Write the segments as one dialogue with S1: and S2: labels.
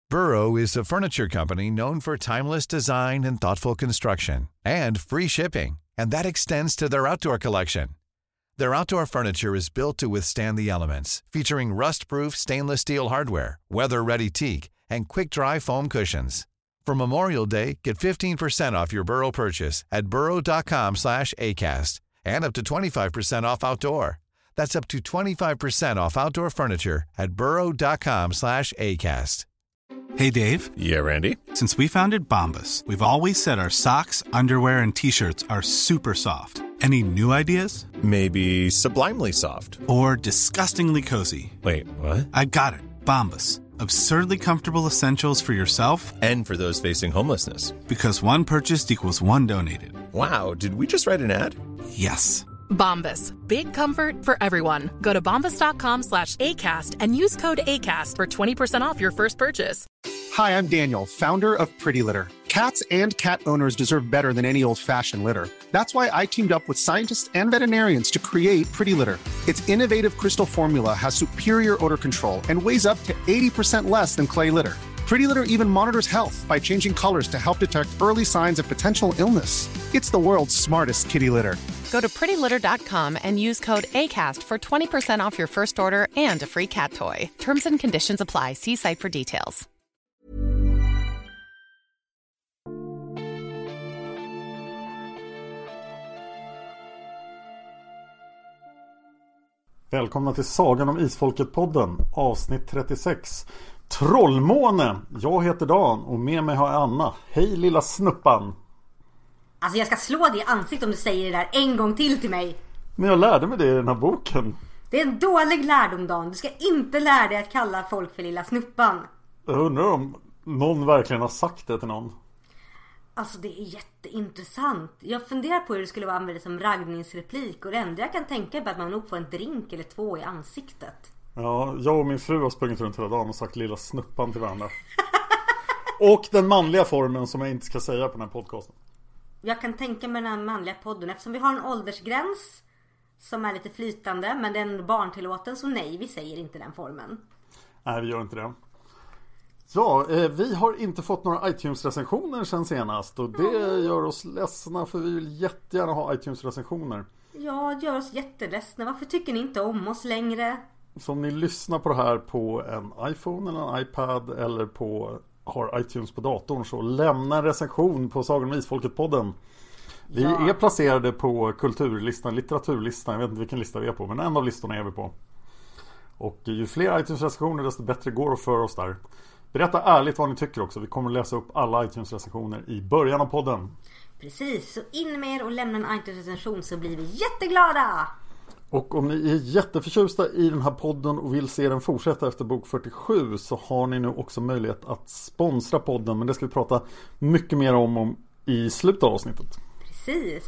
S1: Burrow is a furniture company known for timeless design and thoughtful construction, and free shipping, and that extends to their outdoor collection. Their outdoor furniture is built to withstand the elements, featuring rust-proof stainless steel hardware, weather-ready teak, and quick-dry foam cushions. For Memorial Day, get 15% off your Burrow purchase at burrow.com/acast, and up to 25% off outdoor. That's up to 25% off outdoor furniture at burrow.com/acast.
S2: Hey, Dave.
S3: Yeah, Randy.
S2: Since we founded Bombas, we've always said our socks, underwear, and T-shirts are super soft. Any new ideas?
S3: Maybe sublimely soft.
S2: Or disgustingly cozy.
S3: Wait, what?
S2: I got it. Bombas. Absurdly comfortable essentials for yourself
S3: and for those facing homelessness.
S2: Because one purchased equals one donated.
S3: Wow, did we just write an ad?
S2: Yes.
S4: Bombas. Big comfort for everyone. Go to bombas.com/ACAST and use code ACAST for 20% off your first purchase.
S5: Hi, I'm Daniel, founder of Pretty Litter. Cats and cat owners deserve better than any old-fashioned litter. That's why I teamed up with scientists and veterinarians to create Pretty Litter. Its innovative crystal formula has superior odor control and weighs up to 80% less than clay litter. Pretty Litter even monitors health by changing colors to help detect early signs of potential illness. It's the world's smartest kitty litter.
S6: Go to prettylitter.com and use code ACAST for 20% off your first order and a free cat toy. Terms and conditions apply. See site for details.
S7: Välkomna till Sagan om Isfolket-podden, avsnitt 36. Trollmåne! Jag heter Dan och med mig har jag Anna. Hej lilla snuppan!
S8: Alltså jag ska slå dig i ansiktet om du säger det där en gång till mig.
S7: Men jag lärde mig det i den här boken.
S8: Det är en dålig lärdom, Dan. Du ska inte lära dig att kalla folk för lilla snuppan.
S7: Jag undrar om någon verkligen har sagt det till någon.
S8: Alltså det är jätteintressant. Jag funderar på hur det skulle vara använt som raggningsreplik. Och det enda jag kan tänka är att man nog får en drink eller två i ansiktet.
S7: Ja, jag och min fru har sprungit runt hela dagen och sagt lilla snuppan till varandra. Och den manliga formen som jag inte ska säga på den här podcasten.
S8: Jag kan tänka mig den här manliga podden. Eftersom vi har en åldersgräns som är lite flytande, men den är barntillåten, så nej, vi säger inte den formen.
S7: Nej, vi gör inte det. Ja, vi har inte fått några iTunes-recensioner sen senast. Och det gör oss ledsna, för vi vill jättegärna ha iTunes-recensioner.
S8: Ja, det gör oss jätteledsna. Varför tycker ni inte om oss längre?
S7: Så om ni lyssnar på det här på en iPhone eller en iPad eller har iTunes på datorn, så lämna en recension på Sagan om Isfolket-podden. Vi är placerade på kulturlistan, litteraturlistan. Jag vet inte vilken lista vi är på, men en av listorna är vi på. Och ju fler iTunes-recensioner, desto bättre går det för oss där. Berätta ärligt vad ni tycker också. Vi kommer att läsa upp alla iTunes-recensioner i början av podden.
S8: Precis, så in med er och lämna en iTunes-recension så blir vi jätteglada!
S7: Och om ni är jätteförtjusta i den här podden och vill se den fortsätta efter bok 47, så har ni nu också möjlighet att sponsra podden. Men det ska vi prata mycket mer om i slutet av avsnittet.
S8: Precis.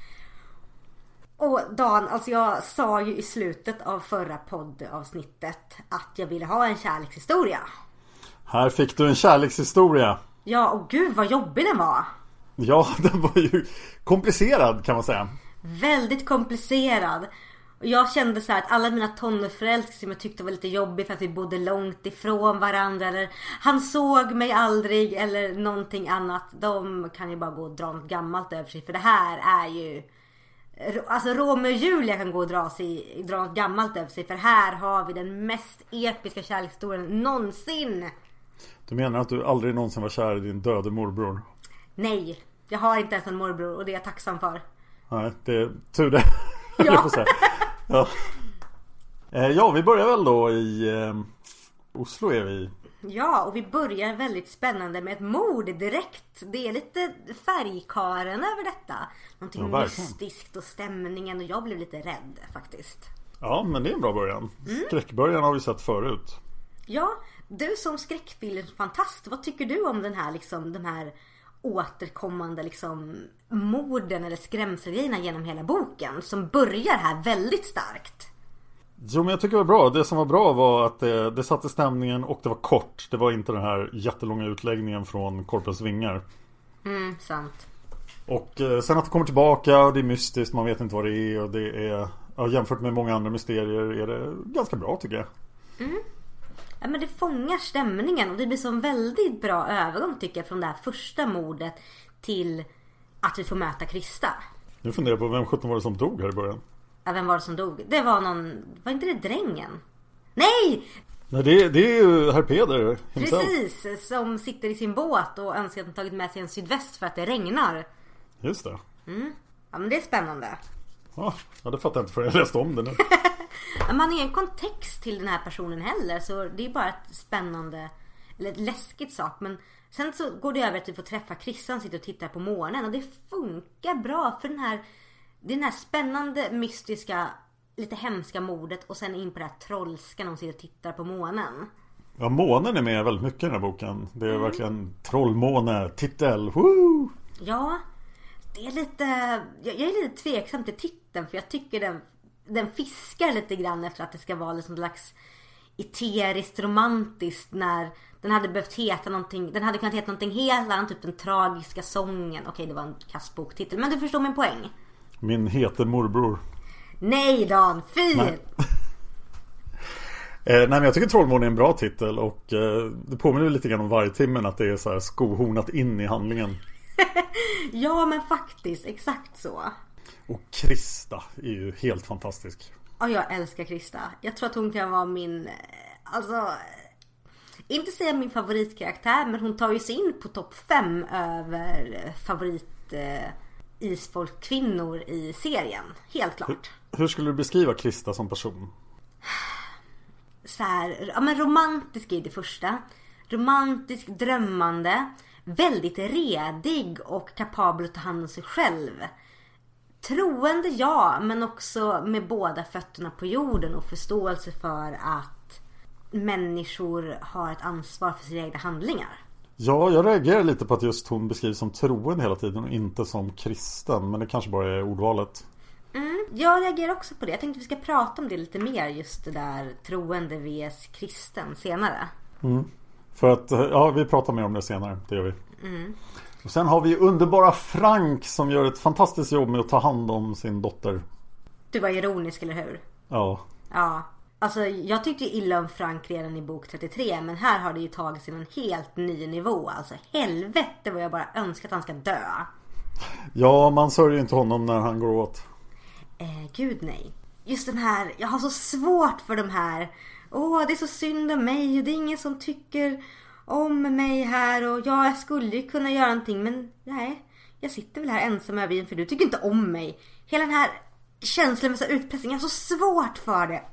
S8: Och Dan, alltså jag sa ju i slutet av förra poddavsnittet att jag ville ha en kärlekshistoria. Här
S7: fick du en kärlekshistoria.
S8: Ja, och gud vad jobbig den var.
S7: Ja, den var ju komplicerad kan man säga.
S8: Väldigt komplicerad. Och jag kände så här att alla mina tonårsförälskare som jag tyckte var lite jobbig för att vi bodde långt ifrån varandra, eller han såg mig aldrig eller någonting annat, de kan ju bara gå och dra något gammalt över sig. För det här är ju, alltså Romeo och Julia kan gå och dra något gammalt över sig. För här har vi den mest episka kärlekshistorien någonsin.
S7: Du menar att du aldrig någonsin var kär i din döde morbror?
S8: Nej, jag har inte ens en morbror och det är jag tacksam för.
S7: Nej, det är tur det. Ja. Ja, vi börjar väl då i Oslo är vi.
S8: Ja, och vi börjar väldigt spännande med ett mord direkt. Det är lite färgkaren över detta. Någonting mystiskt och stämningen, och jag blev lite rädd faktiskt.
S7: Ja, men det är en bra början. Skräckbörjan har vi sett förut.
S8: Ja, du som skräckfilmsfantast, vad tycker du om den här liksom, de här återkommande liksom morden eller skrämselgrejerna genom hela boken som börjar här väldigt starkt?
S7: Jo, men jag tycker det var bra. Det som var bra var att det satte stämningen och det var kort. Det var inte den här jättelånga utläggningen från Korpens vingar.
S8: Sant.
S7: Och sen att det kommer tillbaka och det är mystiskt, man vet inte vad det är, och det är, ja, jämfört med många andra mysterier är det ganska bra tycker jag.
S8: Ja, men det fångar stämningen och det blir så en väldigt bra övergång tycker jag från det här första mordet till att vi får möta Krista.
S7: Nu funderar jag på vem 17 var det som dog här i början.
S8: Ja, vem var det som dog? Det var någon... Var inte det drängen? Nej!
S7: Nej, det är ju herr Peder himself.
S8: Precis, som sitter i sin båt och önskar att han tagit med sig en sydväst för att det regnar.
S7: Just det.
S8: Ja, men det är spännande.
S7: Ja, det fattar jag inte för jag läste om det nu.
S8: Man har ingen kontext till den här personen heller, så det är bara ett spännande eller ett läskigt sak. Men sen så går det över att vi får träffa Christian, sitter och tittar på månen och det funkar bra för den här spännande, mystiska, lite hemska mordet och sen in på det här trollska när hon sitter och tittar på månen.
S7: Ja, månen är med väldigt mycket i den här boken. Det är verkligen trollmåne, titel, woo!
S8: Ja, det är lite... Jag är lite tveksam till titeln för jag tycker den fiskar lite grann efter att det ska vara liksom slags eteriskt romantiskt när den hade behövt heta någonting. Den hade kunnat heta någonting helt annat, typ den tragiska sången. Okej, det var en kassboktitel, men du förstår min poäng.
S7: Min heter morbror.
S8: Nej Dan, fy!
S7: Nej. Nej, men jag tycker Trollmåne är en bra titel och det påminner lite grann om Vargtimmen att det är så här skohornat in i handlingen.
S8: Ja, men faktiskt, exakt så.
S7: Och Krista är ju helt fantastisk.
S8: Ja, jag älskar Krista. Jag tror att hon kan vara min... Alltså... Inte säga min favoritkaraktär, men hon tar ju sig in på topp 5 över favorit isfolkkvinnor i serien. Helt klart.
S7: Hur skulle du beskriva Krista som person?
S8: Så här, ja, men romantisk är det första. Romantisk, drömmande. Väldigt redig och kapabel att ta hand om sig själv. Troende, ja, men också med båda fötterna på jorden och förståelse för att människor har ett ansvar för sina egna handlingar. Ja,
S7: jag reagerar lite på att just hon beskrivs som troende hela tiden och inte som kristen, men det kanske bara är ordvalet.
S8: Jag reagerar också på det. Jag tänkte att vi ska prata om det lite mer, just det där troende vs kristen senare.
S7: För att, ja, vi pratar mer om det senare, det gör vi. Och sen har vi underbara Frank som gör ett fantastiskt jobb med att ta hand om sin dotter.
S8: Du var ironisk, eller hur?
S7: Ja.
S8: Ja, alltså jag tyckte illa om Frank redan i bok 33, men här har det ju tagit sig en helt ny nivå. Alltså helvete vad jag bara önskar att han ska dö.
S7: Ja, man sörjer inte honom när han går åt.
S8: Gud nej. Just den här, jag har så svårt för de här. Det är så synd om mig och det är ingen som tycker om mig här. Och ja, jag skulle ju kunna göra någonting, men nej, jag sitter väl här ensam över för du tycker inte om mig. Hela den här känslan med så utpressning, jag har så svårt för det.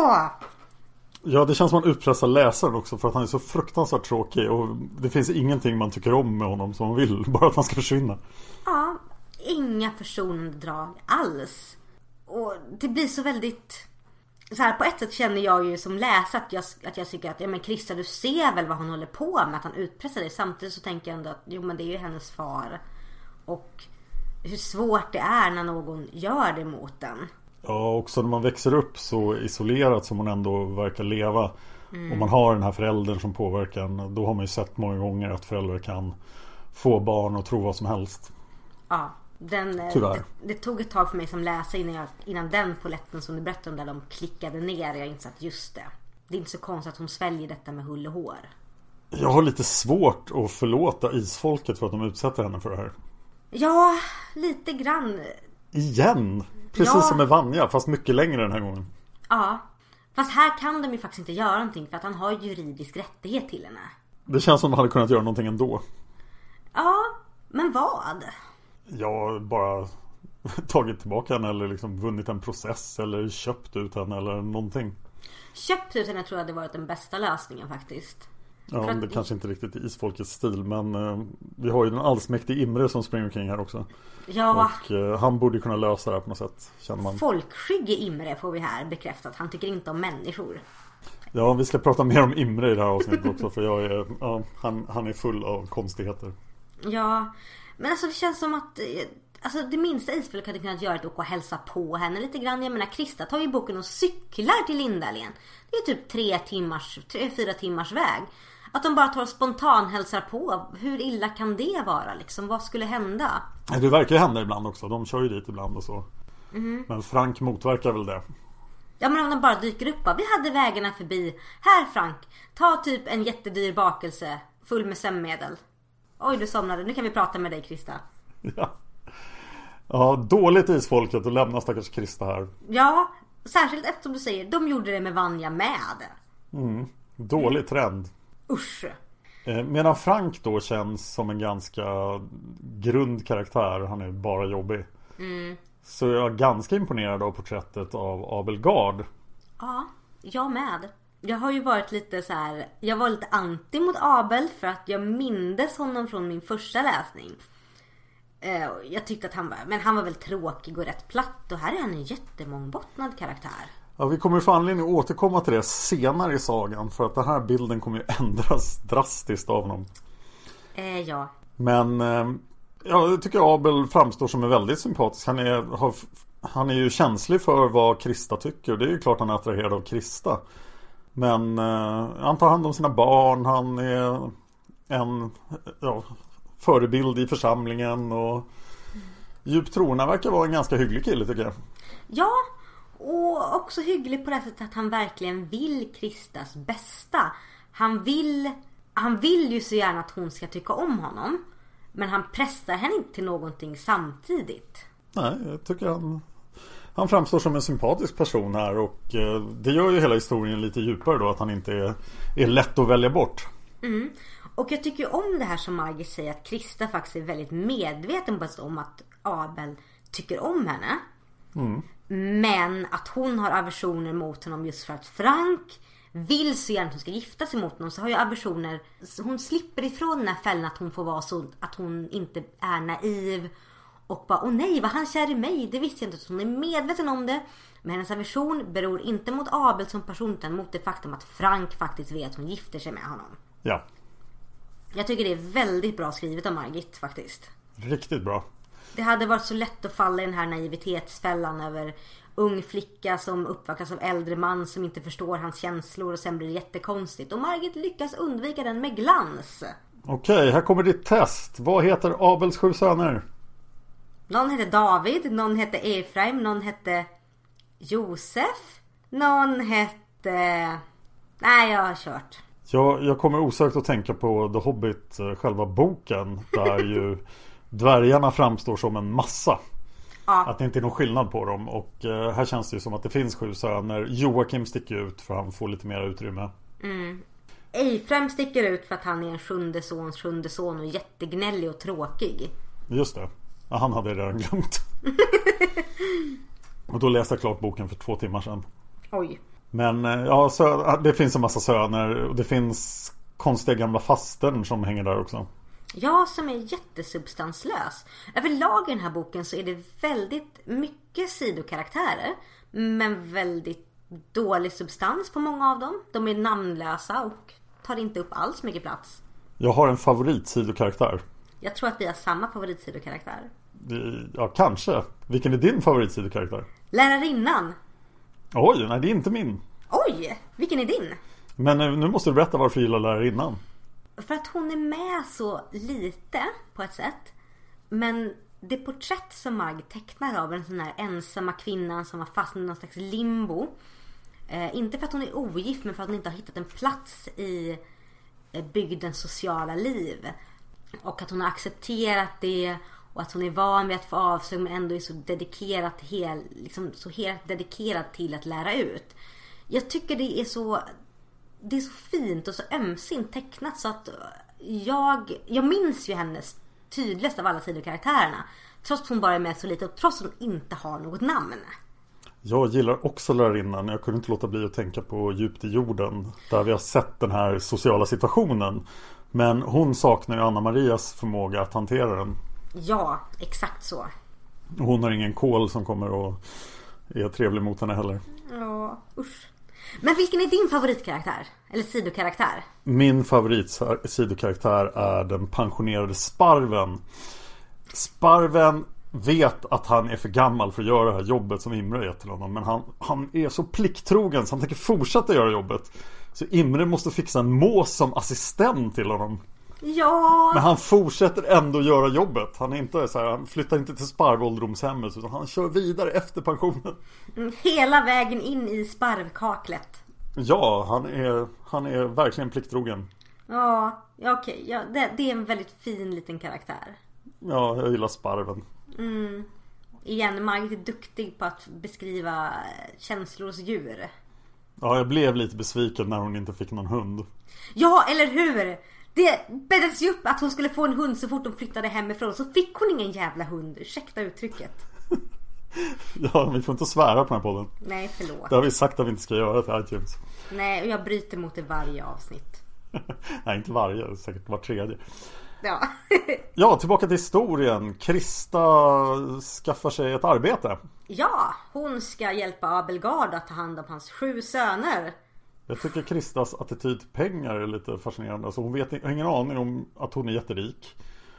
S7: Ja, det känns som att man utpressar läsaren också för att han är så fruktansvärt tråkig och det finns ingenting man tycker om med honom som man vill, bara att han ska försvinna.
S8: Ja, inga försonande drag alls. Och det blir så väldigt... Så här, på ett sätt känner jag ju som läsare att jag tycker att ja, men Krista, du ser väl vad hon håller på med, att han utpressar dig. Samtidigt så tänker jag ändå att jo, men det är ju hennes far. Och hur svårt det är när någon gör det mot den.
S7: Ja, också när man växer upp så isolerat som hon ändå verkar leva. Och man har den här föräldern som påverkar en. Då har man ju sett många gånger att föräldrar kan få barn och tro vad som helst.
S8: Ja, det tog ett tag för mig som läsare innan den poletten som du berättade om där de klickade ner. Jag insåg att just det. Det är inte så konstigt att hon sväljer detta med hull och hår. Jag har lite svårt att förlåta isfolket för att de utsätter henne för det här. Ja, lite grann. Igen? Precis som med Vanja, fast mycket längre den här gången. Ja, fast här kan de ju faktiskt inte göra någonting för att han har juridisk rättighet till henne. Det känns som att de hade kunnat göra någonting ändå. Ja, men vad? Ja, bara tagit tillbaka henne eller liksom vunnit en process eller köpt ut henne eller någonting. Köpt ut henne tror jag hade varit den bästa lösningen faktiskt. Ja, det kanske inte riktigt är isfolkets stil, men vi har ju den allsmäktige Imre som springer omkring här också. Ja. Och han borde kunna lösa det här på något sätt, känner man. Folkskygge Imre får vi här bekräftat. Han tycker inte om människor. Ja, vi ska prata mer om Imre i det här avsnittet också, för han är full av konstigheter. Ja, men alltså det känns som att alltså det minsta isfolk hade kunnat göra att åka och hälsa på henne lite grann. Jag menar, Krista tar ju boken och cyklar till Lindalen. Det är typ 3-4 timmars väg. Att de bara tar spontan hälsar på. Hur illa kan det vara liksom? Vad skulle hända? Det verkar ju hända ibland också. De kör ju dit ibland och så. Men Frank motverkar väl det. Ja, men om de bara dyker upp. Vi hade vägarna förbi. Här Frank, ta typ en jättedyr bakelse full med sömnmedel. Oj, du somnade. Nu kan vi prata med dig, Krista.
S7: Ja, dåligt isfolket att lämna stackars Krista här.
S8: Ja, särskilt eftersom du säger de gjorde det med Vanja med.
S7: Dålig trend.
S8: Usch.
S7: Medan Frank då känns som en ganska grund karaktär. Han är bara jobbig. Så jag är ganska imponerad av porträttet av Abel Gard.
S8: Ja, jag med. Jag har ju varit lite så här. Jag var lite anti mot Abel för att jag mindes honom från min första läsning. Jag tyckte att han var väl tråkig och rätt platt. Och här är han en jättemångbottnad karaktär.
S7: Ja, vi kommer få anledning att återkomma till det senare i sagan. För att den här bilden kommer ju ändras drastiskt av honom.
S8: Ja.
S7: Men jag tycker Abel framstår som en väldigt sympatisk. Han är ju känslig för vad Krista tycker. Det är ju klart han är attraherad av Krista. Men han tar hand om sina barn. Han är en förebild i församlingen. Och djupt trorna verkar vara en ganska hygglig kille, tycker jag.
S8: Ja, och också hygglig på det sättet att han verkligen vill Kristas bästa. Han vill ju så gärna att hon ska tycka om honom. Men han pressar henne inte till någonting samtidigt. Nej,
S7: jag tycker han framstår som en sympatisk person här. Och det gör ju hela historien lite djupare då. Att han inte är lätt att välja bort.
S8: Och jag tycker om det här som Margit säger. Att Krista faktiskt är väldigt medveten om att Abel tycker om henne. Men att hon har aversioner mot honom just för att Frank vill så gärna att hon ska gifta sig mot honom. Så har ju aversioner. Hon slipper ifrån den här fällen att hon får vara så att hon inte är naiv. Och bara, nej, vad han kär i mig. Det visste jag inte. Hon är medveten om det. Men hennes aversion beror inte mot Abel som person, utan mot det faktum att Frank faktiskt vet att hon gifter sig med honom.
S7: Ja.
S8: Jag tycker det är väldigt bra skrivet av Margit faktiskt.
S7: Riktigt bra.
S8: Det hade varit så lätt att falla i den här naivitetsfällan över ung flicka som uppvaktas av äldre man som inte förstår hans känslor och sen blir det jättekonstigt. Och Margit lyckas undvika den med glans.
S7: Okej, här kommer ditt test. Vad heter Abels 7 söner?
S8: Någon hette David, någon hette Efraim, någon hette Josef, någon hette... Nej, jag har kört.
S7: Jag kommer osökt att tänka på The Hobbit, själva boken, där ju dvärgarna framstår som en massa.
S8: Ja.
S7: Att det inte är någon skillnad på dem. Och här känns det ju som att det finns 7 söner. Joakim sticker ut för han får lite mer utrymme.
S8: Efraim sticker ut för att han är en sjunde son och jättegnällig och tråkig.
S7: Just det. Ja, han hade redan glömt. Och då läste jag klart boken för 2 timmar sedan.
S8: Oj.
S7: Men ja, det finns en massa söner. Och det finns konstiga gamla fastern som hänger där också.
S8: Ja, som är jättesubstanslös. Överlag i den här boken så är det väldigt mycket sidokaraktärer. Men väldigt dålig substans på många av dem. De är namnlösa och tar inte upp alls mycket plats.
S7: Jag har en favoritsidokarktär.
S8: Jag tror att vi har samma favoritsidokarktär.
S7: Ja, kanske. Vilken är din favoritsidokarktär?
S8: Lärarinnan.
S7: Oj, nej det är inte min.
S8: Oj, vilken är din?
S7: Men nu måste du berätta varför du gillar lärarinnan.
S8: För att hon är med så lite på ett sätt. Men det porträtt som Mag tecknar av den sån här ensamma kvinnan som har fastnat i någon slags limbo. Inte för att hon är ogift, men för att hon inte har hittat en plats i bygdens sociala liv. Och att hon har accepterat det. Och att hon är van vid att få avsug, men ändå är så helt dedikerad till att lära ut. Jag tycker det är så fint och så ömsint tecknat så att jag minns ju hennes tydligast av alla sidokaraktärerna. Trots att hon bara är med så lite och trots att hon inte har något namn. Jag
S7: gillar också lärarinnan. Jag kunde inte låta bli att tänka på Djupt i jorden, där vi har sett den här sociala situationen. Men hon saknar ju Anna Marias förmåga att hantera den.
S8: Ja, exakt så.
S7: Hon har ingen kol som kommer och är trevlig mot henne heller.
S8: Ja, usch. Men vilken är din favoritkaraktär? Eller sidokaraktär?
S7: Min favoritsidokarktär är den pensionerade Sparven. Sparven vet att han är för gammal för att göra det här jobbet som Imre gett till honom. Men han är så plikttrogen så han tänker fortsätta göra jobbet. Så Imre måste fixa en mås som assistent till honom.
S8: Ja.
S7: Men han fortsätter ändå göra jobbet. Han är inte så här, han flyttar inte till sparvåldromshemmet, utan han kör vidare efter pensionen.
S8: Hela vägen in i sparvkaklet.
S7: Ja, han är verkligen plikttrogen.
S8: Ja, okej. Ja, det är en väldigt fin liten karaktär.
S7: Ja, jag gillar sparven.
S8: Igen, Margit är duktig på att beskriva känslor hos djur.
S7: Ja, jag blev lite besviken när hon inte fick någon hund.
S8: Ja, eller hur? Det bäddades ju upp att hon skulle få en hund så fort hon flyttade hemifrån. Så fick hon ingen jävla hund, ursäkta uttrycket.
S7: Ja, vi får inte svära på den här podden.
S8: Nej, förlåt.
S7: Det har vi sagt att vi inte ska göra till iTunes.
S8: Nej, och jag bryter mot det varje avsnitt.
S7: Nej, inte varje, säkert var tredje.
S8: Ja.
S7: Ja, tillbaka till historien. Krista skaffar sig ett arbete.
S8: Ja, hon ska hjälpa Abelgard att ta hand om hans 7 söner.
S7: Jag tycker Kristas attityd till pengar är lite fascinerande. Alltså hon har ingen aning om att hon är jätterik.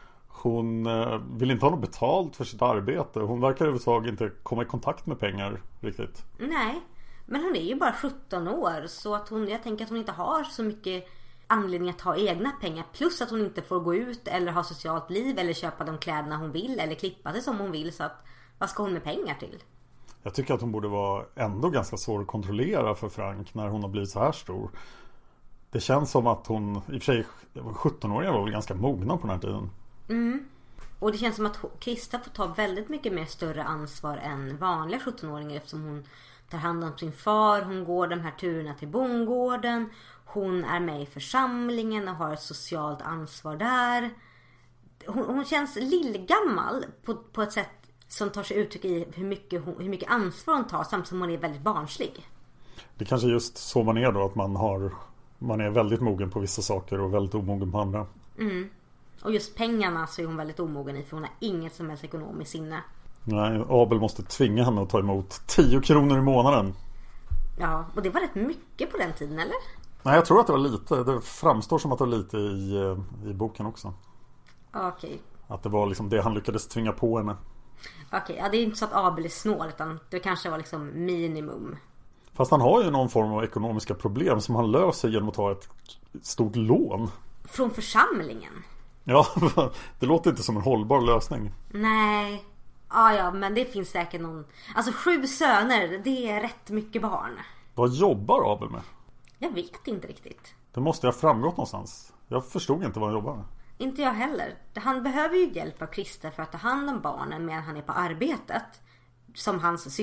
S7: Hon vill inte ha något betalt för sitt arbete. Hon verkar överhuvudtaget inte komma i kontakt med pengar riktigt.
S8: Nej, men hon är ju bara 17 år. Så att jag tänker att hon inte har så mycket anledning att ha egna pengar. Plus att hon inte får gå ut eller ha socialt liv eller köpa de kläderna hon vill eller klippa sig som hon vill. Så att, vad ska hon med pengar till?
S7: Jag tycker att hon borde vara ändå ganska svår att kontrollera för Frank när hon har blivit så här stor. Det känns som att hon, i och för sig 17-åringar var väl ganska mogna på den här tiden.
S8: Och det känns som att Krista får ta väldigt mycket mer större ansvar än vanliga 17-åringar eftersom hon tar hand om sin far, hon går de här turerna till bondgården, hon är med i församlingen och har ett socialt ansvar där. Hon känns lillgammal på ett sätt som tar sig uttryck i hur mycket ansvar hon tar samtidigt som hon är väldigt barnslig.
S7: Det kanske är just så man är då, att man är väldigt mogen på vissa saker och väldigt omogen på andra.
S8: Och just pengarna så är hon väldigt omogen i, för hon har inget som helst ekonomiskt sinne.
S7: Nej, Abel måste tvinga henne att ta emot 10 kronor i månaden.
S8: Ja, och det var rätt mycket på den tiden, eller?
S7: Nej, jag tror att det var lite. Det framstår som att det var lite i boken också.
S8: Okej.
S7: Att det var liksom det han lyckades tvinga på henne.
S8: Okej, ja, det är inte så att Abel är snål, utan det kanske var liksom minimum.
S7: Fast han har ju någon form av ekonomiska problem som han löser genom att ta ett stort lån.
S8: Från församlingen?
S7: Ja, det låter inte som en hållbar lösning.
S8: Nej. Ja, men det finns säkert någon. Alltså 7 söner, det är rätt mycket barn.
S7: Vad jobbar Abel med?
S8: Jag vet inte riktigt.
S7: Det måste ha framgått någonstans. Jag förstod inte vad han jobbar med.
S8: Inte jag heller. Han behöver ju hjälp av Krista för att ta hand om barnen medan han är på arbetet. Som hans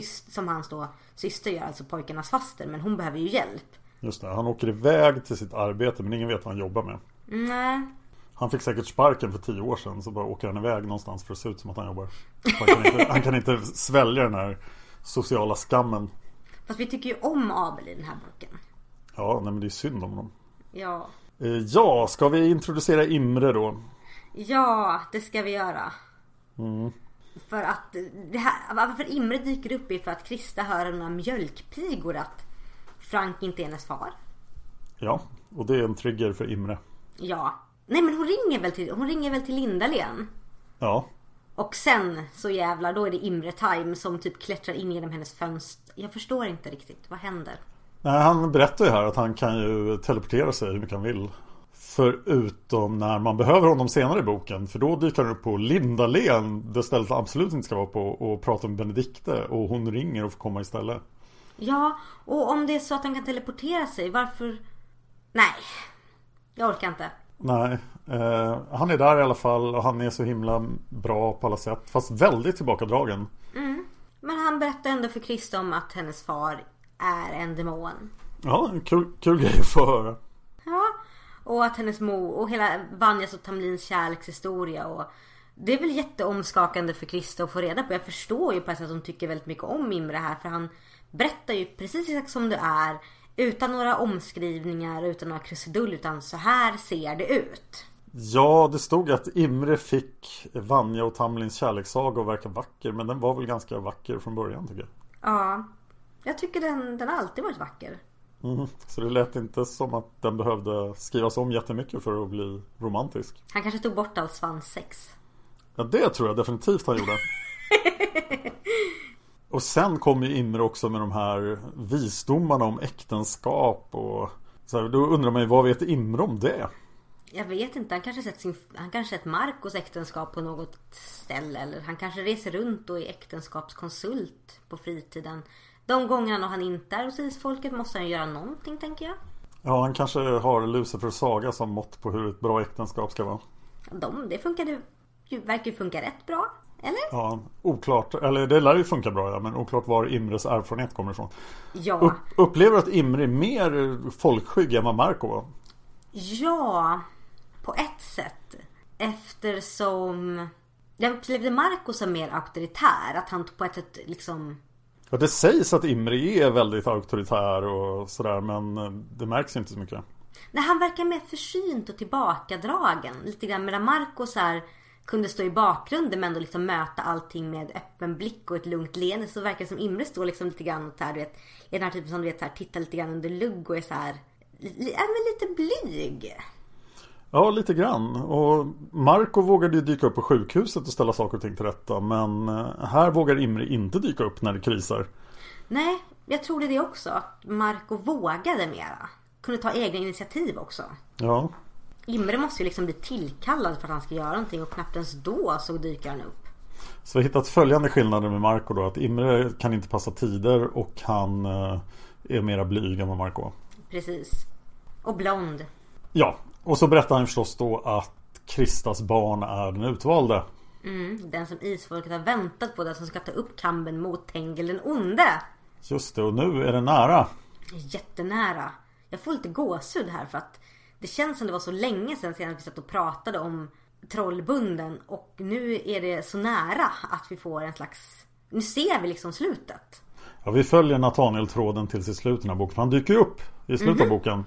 S8: syster gör, alltså pojkarnas faster. Men hon behöver ju hjälp.
S7: Just det, han åker iväg till sitt arbete men ingen vet vad han jobbar med.
S8: Nej.
S7: Han fick säkert sparken för 10 år sedan, så bara åker han iväg någonstans för att se ut som att han jobbar. Han kan inte svälja den här sociala skammen.
S8: Fast vi tycker ju om Abel i den här boken.
S7: Ja, nej, men det är synd om honom.
S8: Ja.
S7: Ja, ska vi introducera Imre då?
S8: Ja, det ska vi göra. För att varför Imre dyker upp är för att Krista hör några mjölkpigor att Frank inte är hennes far.
S7: Ja, och det är en trigger för Imre.
S8: Ja. Nej, men hon ringer väl till Lindalen.
S7: Ja.
S8: Och sen så jävlar, då är det Imre Time som typ klättrar in genom hennes fönster. Jag förstår inte riktigt, vad händer?
S7: Nej, han berättar ju här att han kan ju teleportera sig hur mycket han vill. Förutom när man behöver honom senare i boken. För då dyker han upp på Lindalen, det stället absolut inte ska vara på, och prata med Benedikte. Och hon ringer och får komma istället.
S8: Ja, och om det är så att han kan teleportera sig, varför? Nej, jag orkar inte.
S7: Nej, han är där i alla fall och han är så himla bra på alla sätt. Fast väldigt tillbakadragen.
S8: Men han berättar ändå för Krista om att hennes far är en demon.
S7: Ja, en kul grej att få höra.
S8: Ja, och att hennes mor och hela Vanjas och Tamlins kärlekshistoria. Och det är väl jätteomskakande för Krista att få reda på. Jag förstår ju på att de tycker väldigt mycket om Imre här. För han berättar ju precis exakt som det är. Utan några omskrivningar, utan några krusidull, utan så här ser det ut. Ja,
S7: det stod att Imre fick Vanja och Tamlins kärlekssaga och verkar vacker. Men den var väl ganska vacker från början, tycker jag.
S8: Ja, jag tycker den har alltid varit vacker.
S7: Så det lät inte som att den behövde skrivas om jättemycket för att bli romantisk.
S8: Han kanske tog bort all svanssex.
S7: Ja, det tror jag definitivt han gjorde. Och sen kom ju Imre också med de här visdomarna om äktenskap och så här, då undrar man ju, vad vet Imre om det?
S8: Jag vet inte, han kanske sett Marcos äktenskap på något ställe. Eller han kanske reser runt och är äktenskapskonsult på fritiden. De gångerna han inte är hos isfolket måste han göra någonting, tänker jag.
S7: Ja, han kanske har Lucifer Saga som mått på hur ett bra äktenskap ska vara.
S8: Det verkar ju funka rätt bra, eller?
S7: Ja, oklart. Eller det lär ju funka bra, ja, men oklart var Imres erfarenhet kommer ifrån.
S8: Ja.
S7: Upplever att Imre är mer folkskygg än vad Marco var?
S8: Ja, på ett sätt. Eftersom jag upplevde Marco som mer auktoritär. Att han på ett sätt liksom...
S7: Ja, det sägs att Imre är väldigt auktoritär och sådär, men det märks inte så mycket.
S8: Nej, han verkar mer försynt och tillbakadragen. Lite grann medan Marco så här kunde stå i bakgrunden men ändå liksom möta allting med öppen blick och ett lugnt leende, så verkar det som Imre står liksom lite grann så här, du vet, i den här typen som du vet så här, tittar lite grann under lugg och är så här lite blyg.
S7: Ja, lite grann. Och Marco vågade ju dyka upp på sjukhuset och ställa saker och ting till rätta, men här vågar Imre inte dyka upp när det krisar.
S8: Nej, jag tror det också. Att Marco vågade mera. Kunde ta egna initiativ också.
S7: Ja.
S8: Imre måste ju liksom bli tillkallad för att han ska göra någonting, och knappt ens då så dyker han upp.
S7: Så vi har hittat följande skillnader med Marco då. Att Imre kan inte passa tider och han är mera blyg än vad Marco var.
S8: Precis. Och blond.
S7: Ja, och så berättar han förstås då att Kristas barn är den utvalde.
S8: Den som isfolket har väntat på, den som ska ta upp kampen mot Tengil den onde.
S7: Just det, och nu är det nära.
S8: Jättenära. Jag får lite gåshud här för att det känns som det var så länge sedan vi satt och pratade om trollbunden, och nu är det så nära att vi får en slags... Nu ser vi liksom slutet.
S7: Ja, vi följer Nathaniel-tråden tills i slutet av boken. Han dyker upp i slutet av boken.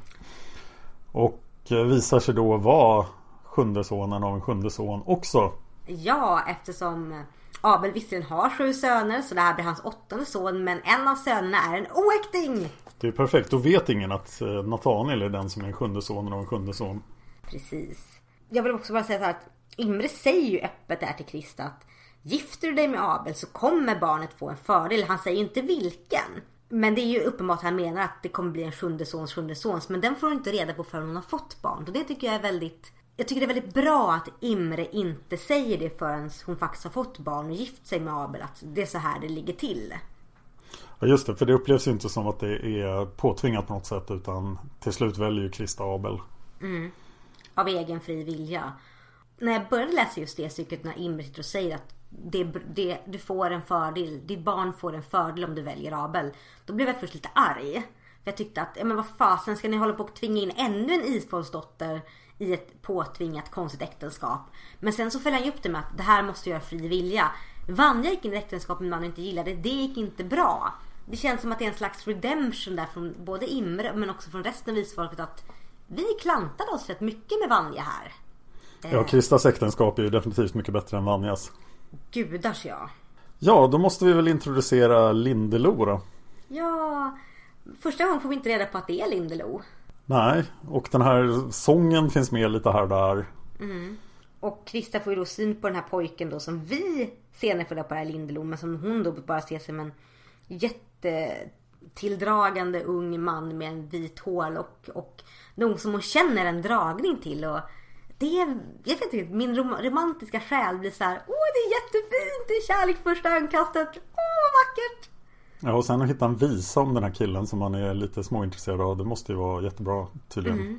S7: Och visar sig då vara sjunde sonen av en sjunde son också.
S8: Ja, eftersom Abel visserligen har 7 söner, så det här blir hans 8:e son, men en av sönerna är en oäkting.
S7: Det är perfekt, då vet ingen att Nathaniel är den som är en sjunde sonen av en sjunde son.
S8: Precis. Jag vill också bara säga så här att Imre säger ju öppet där till Krista att gifter du dig med Abel så kommer barnet få en fördel. Han säger ju inte vilken. Men det är ju uppenbart att han menar att det kommer bli en sjunde sons. Men den får hon inte reda på förrän hon har fått barn. Och det tycker jag är väldigt... Jag tycker det är väldigt bra att Imre inte säger det förrän hon faktiskt har fått barn och gift sig med Abel. Att det är så här det ligger till.
S7: Ja, just det, för det upplevs ju inte som att det är påtvingat på något sätt, utan till slut väljer ju Krista Abel.
S8: Av egen fri vilja. När jag började läsa just det stycket när Imre sitter och säger att du får en fördel, ditt barn får en fördel om du väljer Abel, då blev jag först lite arg. För jag tyckte att, men vad fasen, ska ni hålla på och tvinga in ännu en isfolksdotter i ett påtvingat konstigt äktenskap? Men sen så följer han upp det med att det här måste göra fri vilja. Vanja gick in i äktenskap med man inte gillade, det gick inte bra. Det känns som att det är en slags redemption där från både Imre men också från resten av isfolket, att vi klantade oss rätt mycket med Vanja här.
S7: Ja, Kristas äktenskap är ju definitivt mycket bättre än Vanjas.
S8: Gudars ja.
S7: Ja, då måste vi väl introducera Lindelo då.
S8: Ja, första gången får vi inte reda på att det är Lindelo.
S7: Nej, och den här sången finns med lite här och där.
S8: Och Krista får ju då syn på den här pojken då som vi senare får reda på är Lindelo, men som hon då bara ser som en jättetilldragande ung man med en vit hårlock och någon som hon känner en dragning till. Och det är, jag vet inte, min romantiska själ blir så här: åh, det är jättefint, det är kärlek första ögonkastet, åh vad vackert.
S7: Ja, och sen att hitta en visa om den här killen som man är lite småintresserad av, det måste ju vara jättebra tydligen.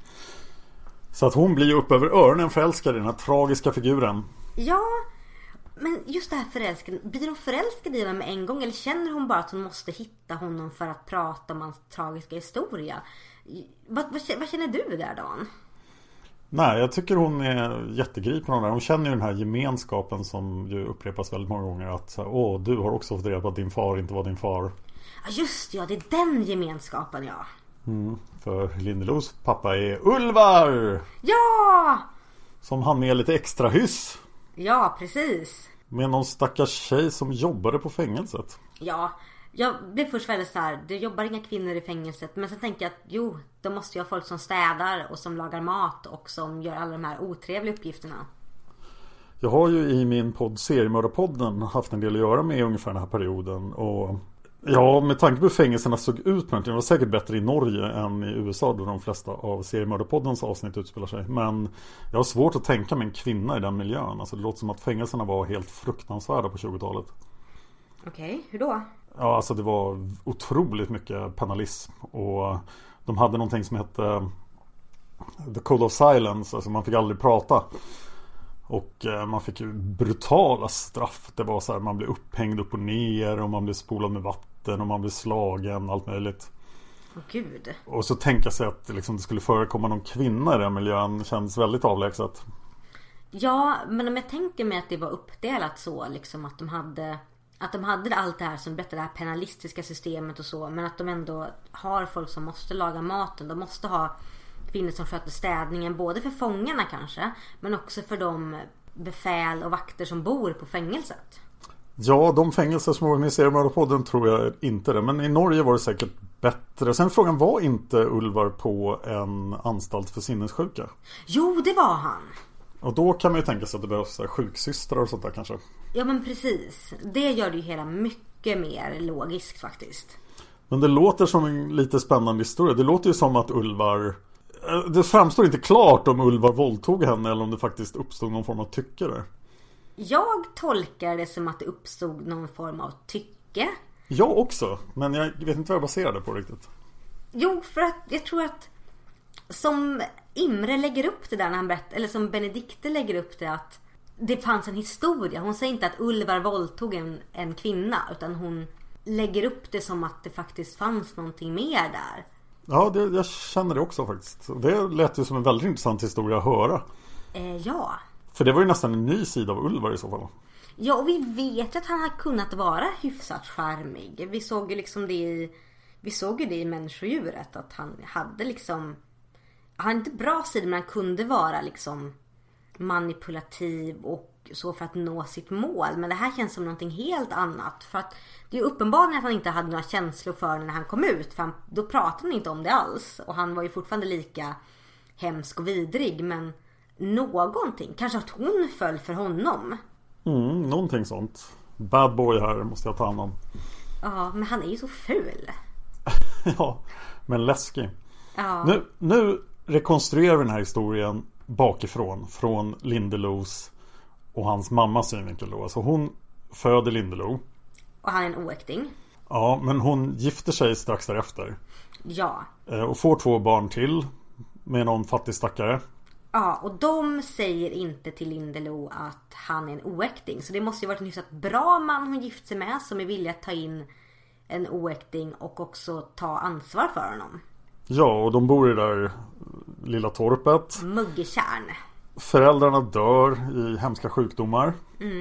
S7: Så att hon blir upp över öronen förälskad i den här tragiska figuren.
S8: Ja, men just det här förälskade, blir hon förälskad i honom med en gång, eller känner hon bara att hon måste hitta honom för att prata om hans tragiska historia? Vad känner du där, Dan?
S7: Nej, jag tycker hon är jättegripen av det. Hon känner ju den här gemenskapen som ju upprepas väldigt många gånger, att åh, du har också fått reda på att din far inte var din far.
S8: Ja, just ja, det är den gemenskapen, ja.
S7: För Lindelos pappa är Ulvar!
S8: Ja!
S7: Som han med lite extra hyss.
S8: Ja, precis.
S7: Med någon stackars tjej som jobbade på fängelset.
S8: Ja, jag blev först väldigt så här, det jobbar inga kvinnor i fängelset. Men sen tänkte jag att jo, de måste ju ha folk som städar och som lagar mat och som gör alla de här otrevliga uppgifterna.
S7: Jag har ju i min podd Seriemördarpodden haft en del att göra med ungefär den här perioden. Och Ja, med tanke på hur fängelserna såg ut, men det var säkert bättre i Norge än i USA då de flesta av seriemördarpoddens avsnitt utspelar sig. Men jag har svårt att tänka mig en kvinna i den miljön. Alltså det låter som att fängelserna var helt fruktansvärda på 20-talet.
S8: Okej, hur då?
S7: Ja, alltså det var otroligt mycket penalism. Och de hade någonting som hette The Code of Silence. Alltså man fick aldrig prata. Och man fick ju brutala straff. Det var så här, man blev upphängd upp och ner. Och man blev spolad med vatten. Och man blev slagen, allt möjligt.
S8: Åh gud.
S7: Och så tänka sig att liksom, det skulle förekomma någon kvinna i den miljön känns väldigt avlägset.
S8: Ja, men om jag tänker mig att det var uppdelat så liksom att de hade allt det här som berättar det här penalistiska systemet och så, men att de ändå har folk som måste laga maten. De måste ha kvinnor som sköter städningen, både för fångarna kanske, men också för de befäl och vakter som bor på fängelset.
S7: Ja, de fängelser som organiserar Mördarpodden tror jag inte det. Men i Norge var det säkert bättre. Sen frågan, var inte Ulvar på en anstalt för sinnessjuka?
S8: Jo, det var han.
S7: Och då kan man ju tänka sig att det behövs sjuksystrar och sånt där kanske.
S8: Ja, men precis. Det gör det ju hela mycket mer logiskt faktiskt.
S7: Men det låter som en lite spännande historia. Det låter ju som att Ulvar... Det framstår inte klart om Ulvar våldtog henne eller om det faktiskt uppstod någon form av tycke där.
S8: Jag tolkar det som att det uppstod någon form av tycke.
S7: Jag också, men jag vet inte vad jag baserar det på riktigt.
S8: Jo, för att jag tror att som Imre lägger upp det där när han berättar, eller som Benedikte lägger upp det, att det fanns en historia. Hon säger inte att Ulvar våldtog en kvinna, utan hon lägger upp det som att det faktiskt fanns någonting mer där.
S7: Ja, jag känner det också faktiskt. Det lät ju som en väldigt intressant historia att höra.
S8: Ja.
S7: För det var ju nästan en ny sida av Ulvar i så fall.
S8: Ja, och vi vet att han har kunnat vara hyfsat charmig. Vi såg ju liksom det i människodjuret, att han hade liksom... Han hade inte bra sidor, men han kunde vara liksom manipulativ och så för att nå sitt mål. Men det här känns som någonting helt annat. För att det är uppenbarligen att han inte hade några känslor för när han kom ut. För då pratade han inte om det alls. Och han var ju fortfarande lika hemsk och vidrig. Men någonting. Kanske att hon föll för honom.
S7: Någonting sånt. Bad boy här måste jag ta hand om.
S8: Ja, men han är ju så ful.
S7: Ja, men läskig.
S8: Ja.
S7: Nu rekonstruerar vi den här historien bakifrån. Från Lindelos och hans mammas synvinkel då. Alltså hon föder Lindelo.
S8: Och han är en oäkting.
S7: Ja, men hon gifter sig strax därefter.
S8: Ja.
S7: Och får 2 barn till med någon fattig stackare.
S8: Ja, och de säger inte till Lindelo att han är en oäkting. Så det måste ju varit en hyfsat bra man hon gift sig med, som är villig att ta in en oäkting och också ta ansvar för honom.
S7: Ja, och de bor i det där lilla torpet.
S8: Muggekärn.
S7: Föräldrarna dör i hemska sjukdomar.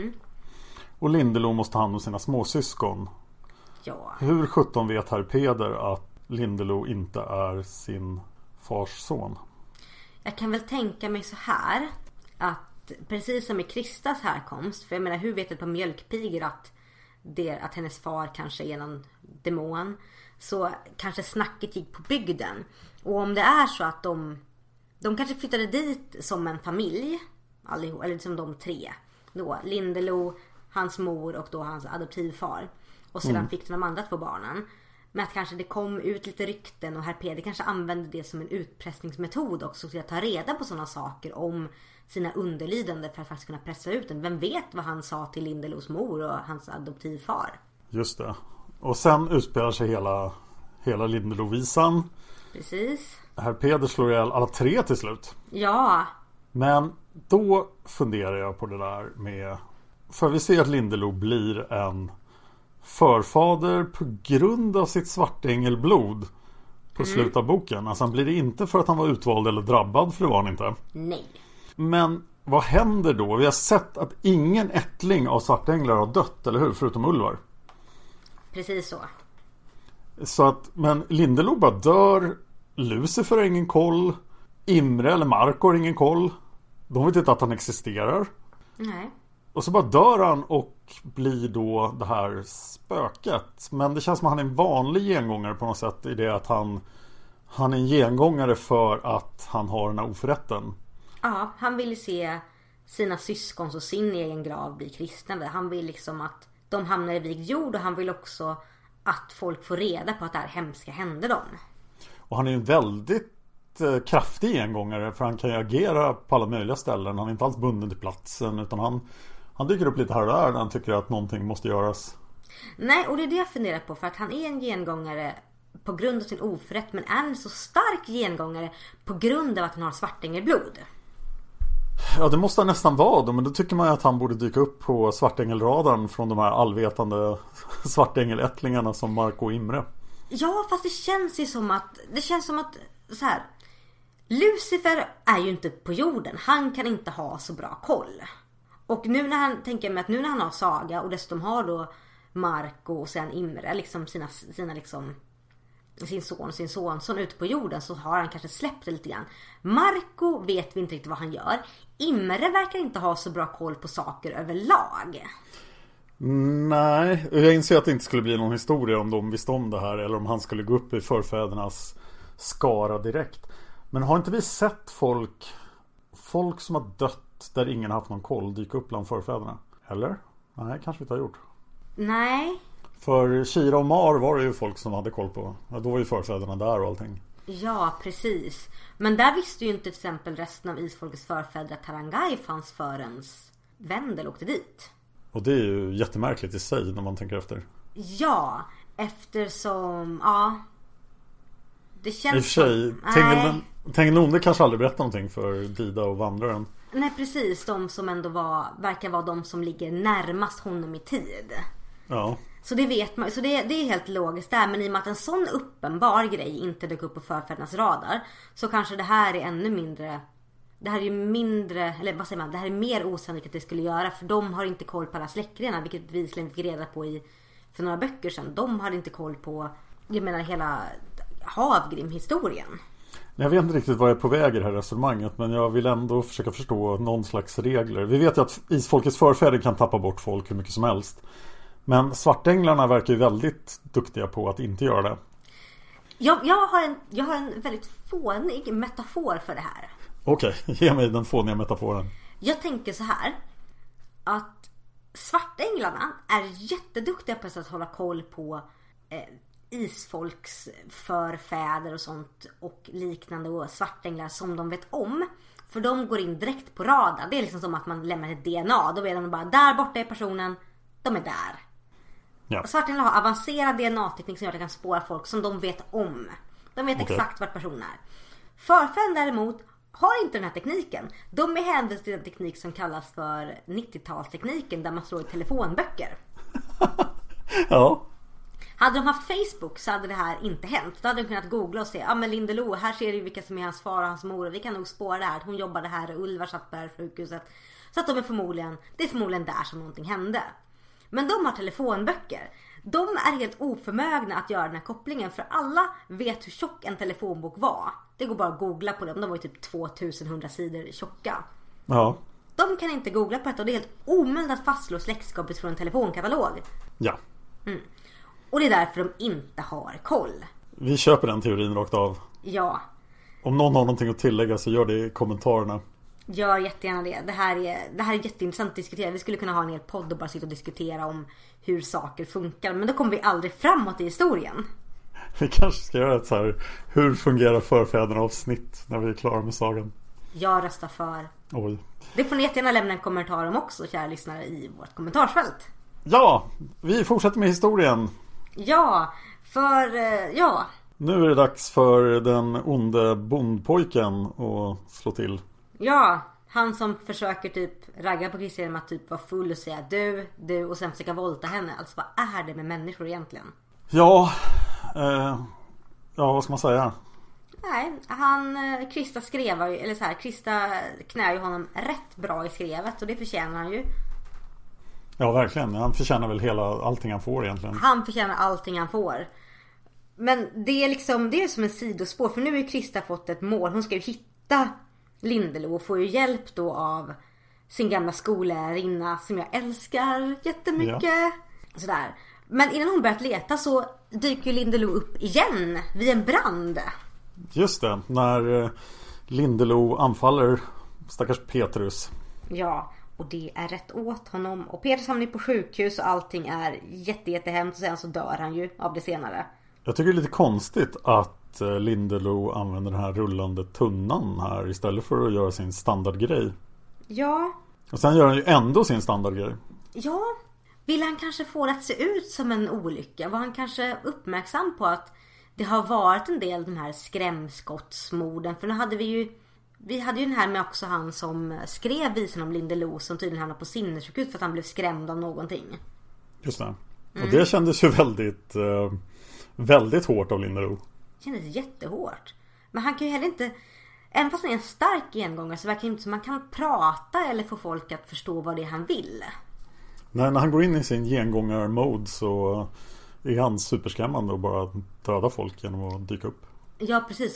S7: Och Lindelo måste ta hand om sina småsyskon.
S8: Ja.
S7: Hur 17 vet herr Peder att Lindelo inte är sin fars son?
S8: Jag kan väl tänka mig så här, att precis som i Kristas härkomst, för jag menar, hur vet ett par mjölkpigor att hennes far kanske är någon demon, så kanske snacket gick på bygden. Och om det är så att de kanske flyttade dit som en familj allihop, eller som de 3 då, Lindelo, hans mor och då hans adoptivfar, och sedan fick de andra 2 barnen. Men att kanske det kom ut lite rykten, och herr Peder kanske använde det som en utpressningsmetod också, till att ta reda på sådana saker om sina underlydande för att faktiskt kunna pressa ut den. Vem vet vad han sa till Lindelos mor och hans adoptivfar? Just
S7: det. Och sen utspelar sig hela Lindelo-visan.
S8: Precis.
S7: Herr Peder slår ihjäl alla 3 till slut.
S8: Ja.
S7: Men då funderar jag på det där med... För vi ser att Lindelo blir en förfader på grund av sitt svartängelblod på slutet av boken. Alltså han blir det inte för att han var utvald eller drabbad, för det var han inte.
S8: Nej.
S7: Men vad händer då? Vi har sett att ingen ättling av svartänglar har dött, eller hur? Förutom Ulvar.
S8: Precis så.
S7: Så att, men Lindelo bara dör. Lucifer har ingen koll. Imre eller Marco har ingen koll. De vet inte att han existerar. Nej. Och så bara dör han och blir då det här spöket. Men det känns som att han är en vanlig gengångare på något sätt. I det att han är en gengångare för att han har den här oförrätten. Ja,
S8: han vill se sina syskon och sin egen grav bli kristnade. Han vill liksom att de hamnar i vikt jord, och han vill också att folk får reda på att det här hemska hände dem.
S7: Och han är ju en väldigt kraftig engångare, för han kan ju agera på alla möjliga ställen. Han är inte alls bunden till platsen, utan han dyker upp lite här och där när han tycker att någonting måste göras.
S8: Nej, och det är det jag funderar på, för att han är en gengångare på grund av sin oförrätt, men är en så stark gengångare på grund av att han har svartängelblod.
S7: Ja, det måste han nästan vara då, men då tycker man ju att han borde dyka upp på svartängelradarn från de här allvetande svartängelättlingarna som Marco och Imre.
S8: Ja, fast det känns ju som att så här, Lucifer är ju inte på jorden. Han kan inte ha så bra koll. Och nu när han tänker mig att nu när han har Saga och dessutom har då Marco och sen Imre liksom sina liksom sin son ute på jorden, så har han kanske släppt det lite grann. Marco vet vi inte riktigt vad han gör. Imre verkar inte ha så bra koll på saker överlag.
S7: Nej, jag inser att det inte skulle bli någon historia om de visste om det här, eller om han skulle gå upp i förfädernas skara direkt. Men har inte vi sett folk som har dött där ingen har haft någon koll dyka upp bland förfäderna? Eller? Nej, kanske vi inte har gjort.
S8: Nej.
S7: För Kira och Mar var det ju folk som hade koll på. Ja, då var ju förfäderna där och allting.
S8: Ja, precis. Men där visste ju inte till exempel resten av isfolkets förfäder att Tarangai fanns förrän Vendel åkte dit.
S7: Och det är ju jättemärkligt i sig när man tänker efter.
S8: Ja, eftersom det känns
S7: i och för sig, Tengilonde kanske aldrig berättar någonting för Dida och vandraren.
S8: Nej, precis. De som ändå verkar vara de som ligger närmast honom i tid.
S7: Ja.
S8: Så det vet man, så det är helt logiskt där. Men i och med att en sån uppenbar grej inte dök upp på förfädernas radar, så kanske det här är ännu mindre. Det här är ju mindre, eller vad säger man, det här är mer osannolikt att det skulle göra. För de har inte koll på alla släktgrenar, vilket vi fick reda på för några böcker sedan. De hade inte koll på, jag menar, hela Havgrim-historien.
S7: Jag vet inte riktigt vad jag är på väg i det här resonemanget, men jag vill ändå försöka förstå någon slags regler. Vi vet ju att isfolkets förfäder kan tappa bort folk hur mycket som helst. Men svartänglarna verkar ju väldigt duktiga på att inte göra det. Jag
S8: har en väldigt fånig metafor för det här.
S7: Okej, ge mig den fåniga metaforen.
S8: Jag tänker så här, att svartänglarna är jätteduktiga på att hålla koll på isfolks förfäder och sånt och liknande, och svartänglar som de vet om. För de går in direkt på radar. Det är liksom som att man lämnar ett DNA. Då vet de bara, där borta är personen, de är där. Ja. Svartänglar har avancerad DNA-teknik som gör att de kan spåra folk som de vet om. De vet exakt vart personen är. Förfäder däremot har inte den här tekniken. De är hänvisade till en teknik som kallas för 90-talstekniken, där man slår i telefonböcker.
S7: Ja.
S8: Hade de haft Facebook så hade det här inte hänt. Då hade de kunnat googla och se, men Lindelå, här ser du vilka som är hans far och hans mor. Vi kan nog spåra det här. Hon jobbade här och Ulvar satt på det här sjukhuset. Så att det är förmodligen där som någonting hände. Men de har telefonböcker. De är helt oförmögna att göra den här kopplingen. För alla vet hur tjock en telefonbok var. Det går bara att googla på dem. De var ju typ 2100 sidor tjocka.
S7: Ja.
S8: De kan inte googla på detta. Och det är helt omöjligt att fastslå släktskapet från en telefonkatalog.
S7: Ja.
S8: Och det är därför de inte har koll.
S7: Vi köper den teorin rakt av.
S8: Ja.
S7: Om någon har någonting att tillägga så gör det i kommentarerna.
S8: Gör jättegärna det. Det här är jätteintressant att diskutera. Vi skulle kunna ha en hel podd och bara sitta och diskutera om hur saker funkar. Men då kommer vi aldrig framåt i historien.
S7: Vi kanske ska göra ett så här, hur fungerar förfäderna avsnitt när vi är klara med sagan.
S8: Jag röstar för.
S7: Oj.
S8: Det får ni jättegärna lämna en kommentar om också, kära lyssnare, i vårt kommentarsfält.
S7: Ja, vi fortsätter med historien.
S8: Ja, ja.
S7: Nu är det dags för den onde bondpojken att slå till.
S8: Ja, han som försöker typ ragga på Christian med att typ vara full och säga du och sen försöka våldta henne. Alltså vad är det med människor egentligen?
S7: Ja, vad ska man säga?
S8: Nej, Krista skrev ju, eller så här, Krista knär ju honom rätt bra i skrevet och det förtjänar han ju.
S7: Ja, verkligen. Han förtjänar väl allting han får egentligen.
S8: Han förtjänar allting han får. Men det är som en sidospår. För nu har ju Krista fått ett mål. Hon ska ju hitta Lindelå och får ju hjälp då av sin gamla skollärarinna som jag älskar jättemycket. Ja. Sådär. Men innan hon börjat leta så dyker Lindelå upp igen vid en brand.
S7: Just det, när Lindelå anfaller stackars Petrus.
S8: Ja, Och det är rätt åt honom. Och Peter hamnar på sjukhus och allting är jättehemskt. Och sen så dör han ju av det senare.
S7: Jag tycker det är lite konstigt att Lindelof använder den här rullande tunnan här istället för att göra sin standardgrej.
S8: Ja.
S7: Och sen gör han ju ändå sin standardgrej.
S8: Ja. Vill han kanske få det att se ut som en olycka? Var han kanske uppmärksam på att det har varit en del de här skrämskottsmorden? För nu hade vi hade ju den här med också han som skrev visan om Lindelof som tydligen hamnade på sinnessjukhus för att han blev skrämd av någonting.
S7: Just det. Och det kändes ju väldigt hårt av Lindelof.
S8: Det kändes jättehårt. Men han kan ju heller inte, även fast han är en stark gengångare, så verkar det inte som man kan prata eller få folk att förstå vad det är han vill.
S7: Nej, när han går in i sin gengångar-mode så är han superskrämmande och bara döda folk genom att dyka upp.
S8: Ja, precis.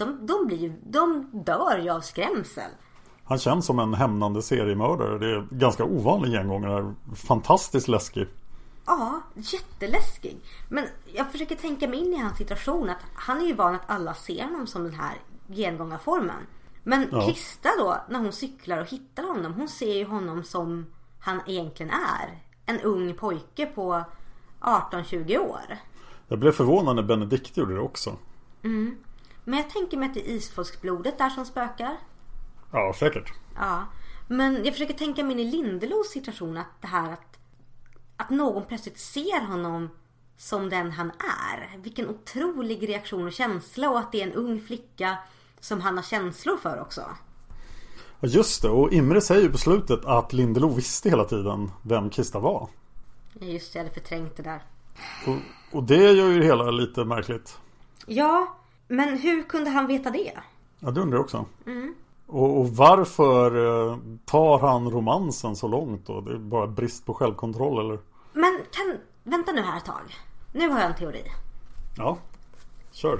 S8: De dör ju av skrämsel.
S7: Han känns som en hämnande seriemördare. Det är ganska ovanlig gengångare. Fantastiskt läskig.
S8: Ja, jätteläskig. Men jag försöker tänka mig in i hans situation. Att han är ju van att alla ser honom som den här gengångarformen. Men Krista då, när hon cyklar och hittar honom, hon ser ju honom som han egentligen är. En ung pojke på 18-20 år. Jag blev förvånad när Benedikt gjorde det också. Mm. Men jag tänker mig att det är isfolksblodet där som spökar. Ja, säkert. Ja. Men jag försöker tänka mig in i Lindelofs situation. Att det här att någon plötsligt ser honom som den han är. Vilken otrolig reaktion och känsla. Och att det är en ung flicka som han har känslor för också. Ja, just det. Och Imre säger ju på slutet att Lindelof visste hela tiden vem Krista var. Ja, just det. Jag hade förträngt det där. Och det gör ju det hela lite märkligt. Ja, men hur kunde han veta det? Ja, det undrar jag också. Mm. Och varför tar han romansen så långt då? Det är bara brist på självkontroll, eller? Men vänta nu här ett tag. Nu har jag en teori. Ja, kör.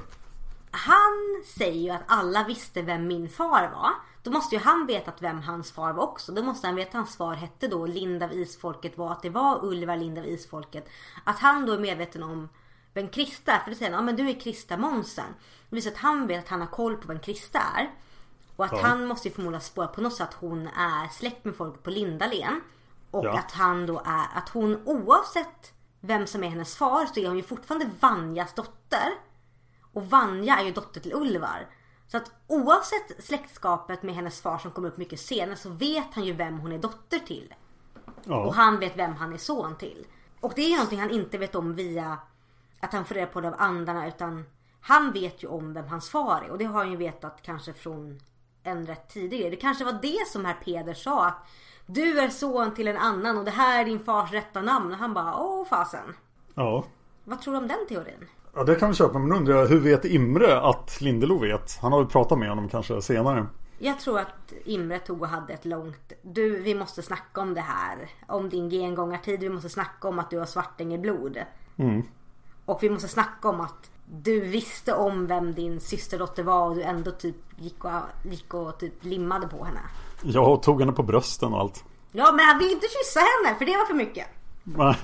S8: Han säger ju att alla visste vem min far var. Då måste ju han veta vem hans far var också. Då måste han veta att hans far hette då Lind av Isfolket var. Att det var Ulvar Lind av Isfolket. Att han då är medveten om vem Krista är. För det säger han, ja men du är Krista Månsen. Det visar att han vet att han har koll på vem Krista är. Och att han måste ju förmodligen spåra på något sätt att hon är släkt med folk på Lindalen. Och att han då är, att hon oavsett vem som är hennes far så är hon ju fortfarande Vanjas dotter. Och Vanja är ju dotter till Ulvar. Så att oavsett släktskapet med hennes far som kommer upp mycket senare så vet han ju vem hon är dotter till. Ja. Och han vet vem han är son till. Och det är ju någonting han inte vet om via att han får reda på det av andarna, utan han vet ju om vem hans far är. Och det har han ju vetat kanske från en rätt tidigare. Det kanske var det som herr Peder sa, att du är son till en annan och det här är din fars rätta namn. Och han bara, åh fasen. Ja. Vad tror du om den teorin? Ja, det kan vi köpa, men undrar hur vet Imre att Lindelof vet? Han har ju pratat med honom kanske senare. Jag tror att Imre tog och hade ett långt, vi måste snacka om det här. Om din gengångartid, vi måste snacka om att du har svartängelblod. Mm. Och vi måste snacka om att du visste om vem din systerdotter var och du ändå typ gick och typ limmade på henne. Ja, och tog henne på brösten och allt. Ja, men han ville inte kyssa henne för det var för mycket. Nej.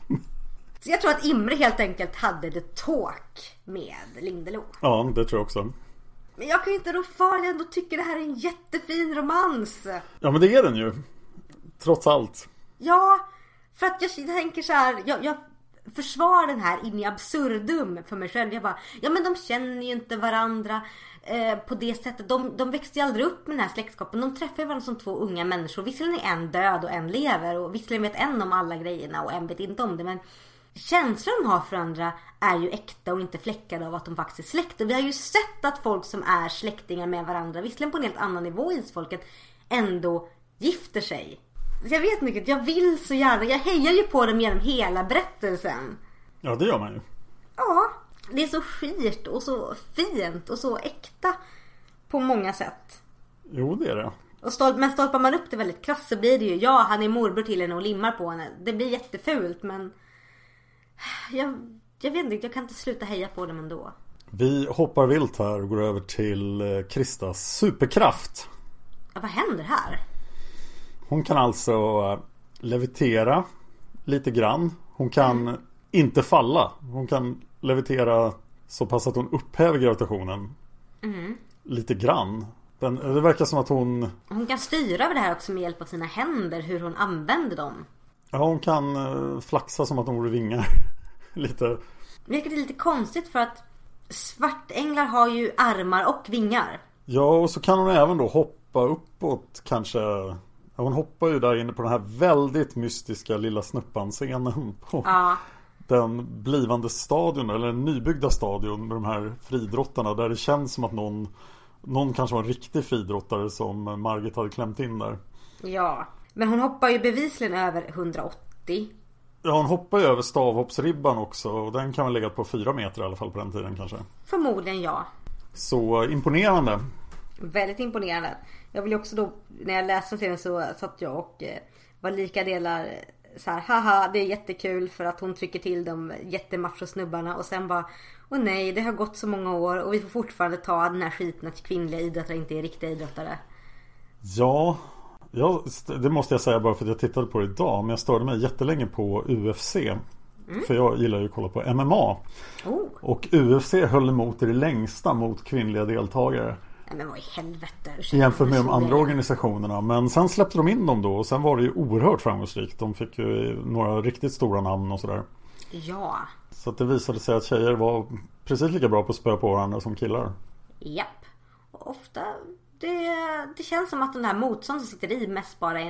S8: Så jag tror att Imre helt enkelt hade det talk med Lindelof. Ja, det tror jag också. Men jag kan inte rå för, jag ändå tycker det här är en jättefin romans. Ja, men det är den ju. Trots allt. Ja, för att jag tänker så här, jag försvarar den här in i absurdum för mig själv. Jag bara, ja men de känner ju inte varandra på det sättet. De växte ju aldrig upp med den här släktskapen. De träffar varandra som två unga människor. Visserligen är en död och en lever. Och visserligen vet en om alla grejerna och en vet inte om det. Men känslan de har för andra är ju äkta och inte fläckade av att de faktiskt är släkt. Och vi har ju sett att folk som är släktingar med varandra, visserligen på en helt annan nivå i isfolket, ändå gifter sig. Så jag vet mycket, jag vill så gärna. Jag hejar ju på dem genom hela berättelsen. Ja, det gör man ju. Ja, det är så skirt och så fint och så äkta på många sätt. Jo, det är det. Men stolpar man upp det väldigt krass så blir det ju, ja, han är morbror till henne och limmar på henne. Det blir jättefult, men jag vet inte, jag kan inte sluta heja på dem ändå. Vi hoppar vilt här och går över till Kristas superkraft. Ja, vad händer här? Hon kan alltså levitera lite grann. Hon kan inte falla. Hon kan levitera så pass att hon upphäver gravitationen lite grann.
S7: Det verkar som att hon
S8: kan styra över det här också med hjälp av sina händer, hur hon använder dem.
S7: Ja, hon kan flaxa som att hon vore vingar. Lite.
S8: Vilket är lite konstigt för att svartänglar har ju armar och vingar.
S7: Ja, och så kan hon även då hoppa uppåt kanske. Ja, hon hoppar ju där inne på den här väldigt mystiska lilla snuppan-scenen på den blivande stadion, eller den nybyggda stadion med de här fridrottarna, där det känns som att någon kanske var en riktig fridrottare som Margit hade klämt in där.
S8: Ja, men hon hoppar ju bevisligen över 180.
S7: Ja, hon hoppar ju över stavhoppsribban också, och den kan väl lägga på 4 meter i alla fall på den tiden kanske.
S8: Förmodligen ja.
S7: Så imponerande.
S8: Väldigt imponerande. Jag vill också då, när jag läste den serien så satt jag och var lika delar så här, haha, det är jättekul för att hon trycker till de jättemacho-snubbarna, och sen bara, åh nej, det har gått så många år och vi får fortfarande ta den här skiten att kvinnliga idrottare inte är riktiga idrottare.
S7: Ja, det måste jag säga bara för att jag tittade på det idag, men jag störde mig jättelänge på UFC. För jag gillar ju att kolla på MMA. Och UFC höll emot i det längsta mot kvinnliga deltagare.
S8: Nej, men vad i helvete.
S7: Jämfört med de andra organisationerna. Men sen släppte de in dem då, och sen var det ju oerhört framgångsrikt. De fick ju några riktigt stora namn och sådär.
S8: Ja.
S7: Så att det visade sig att tjejer var precis lika bra på att spöa på varandra som killar.
S8: Japp. Och ofta det känns som att den här motstånd som sitter i mest bara är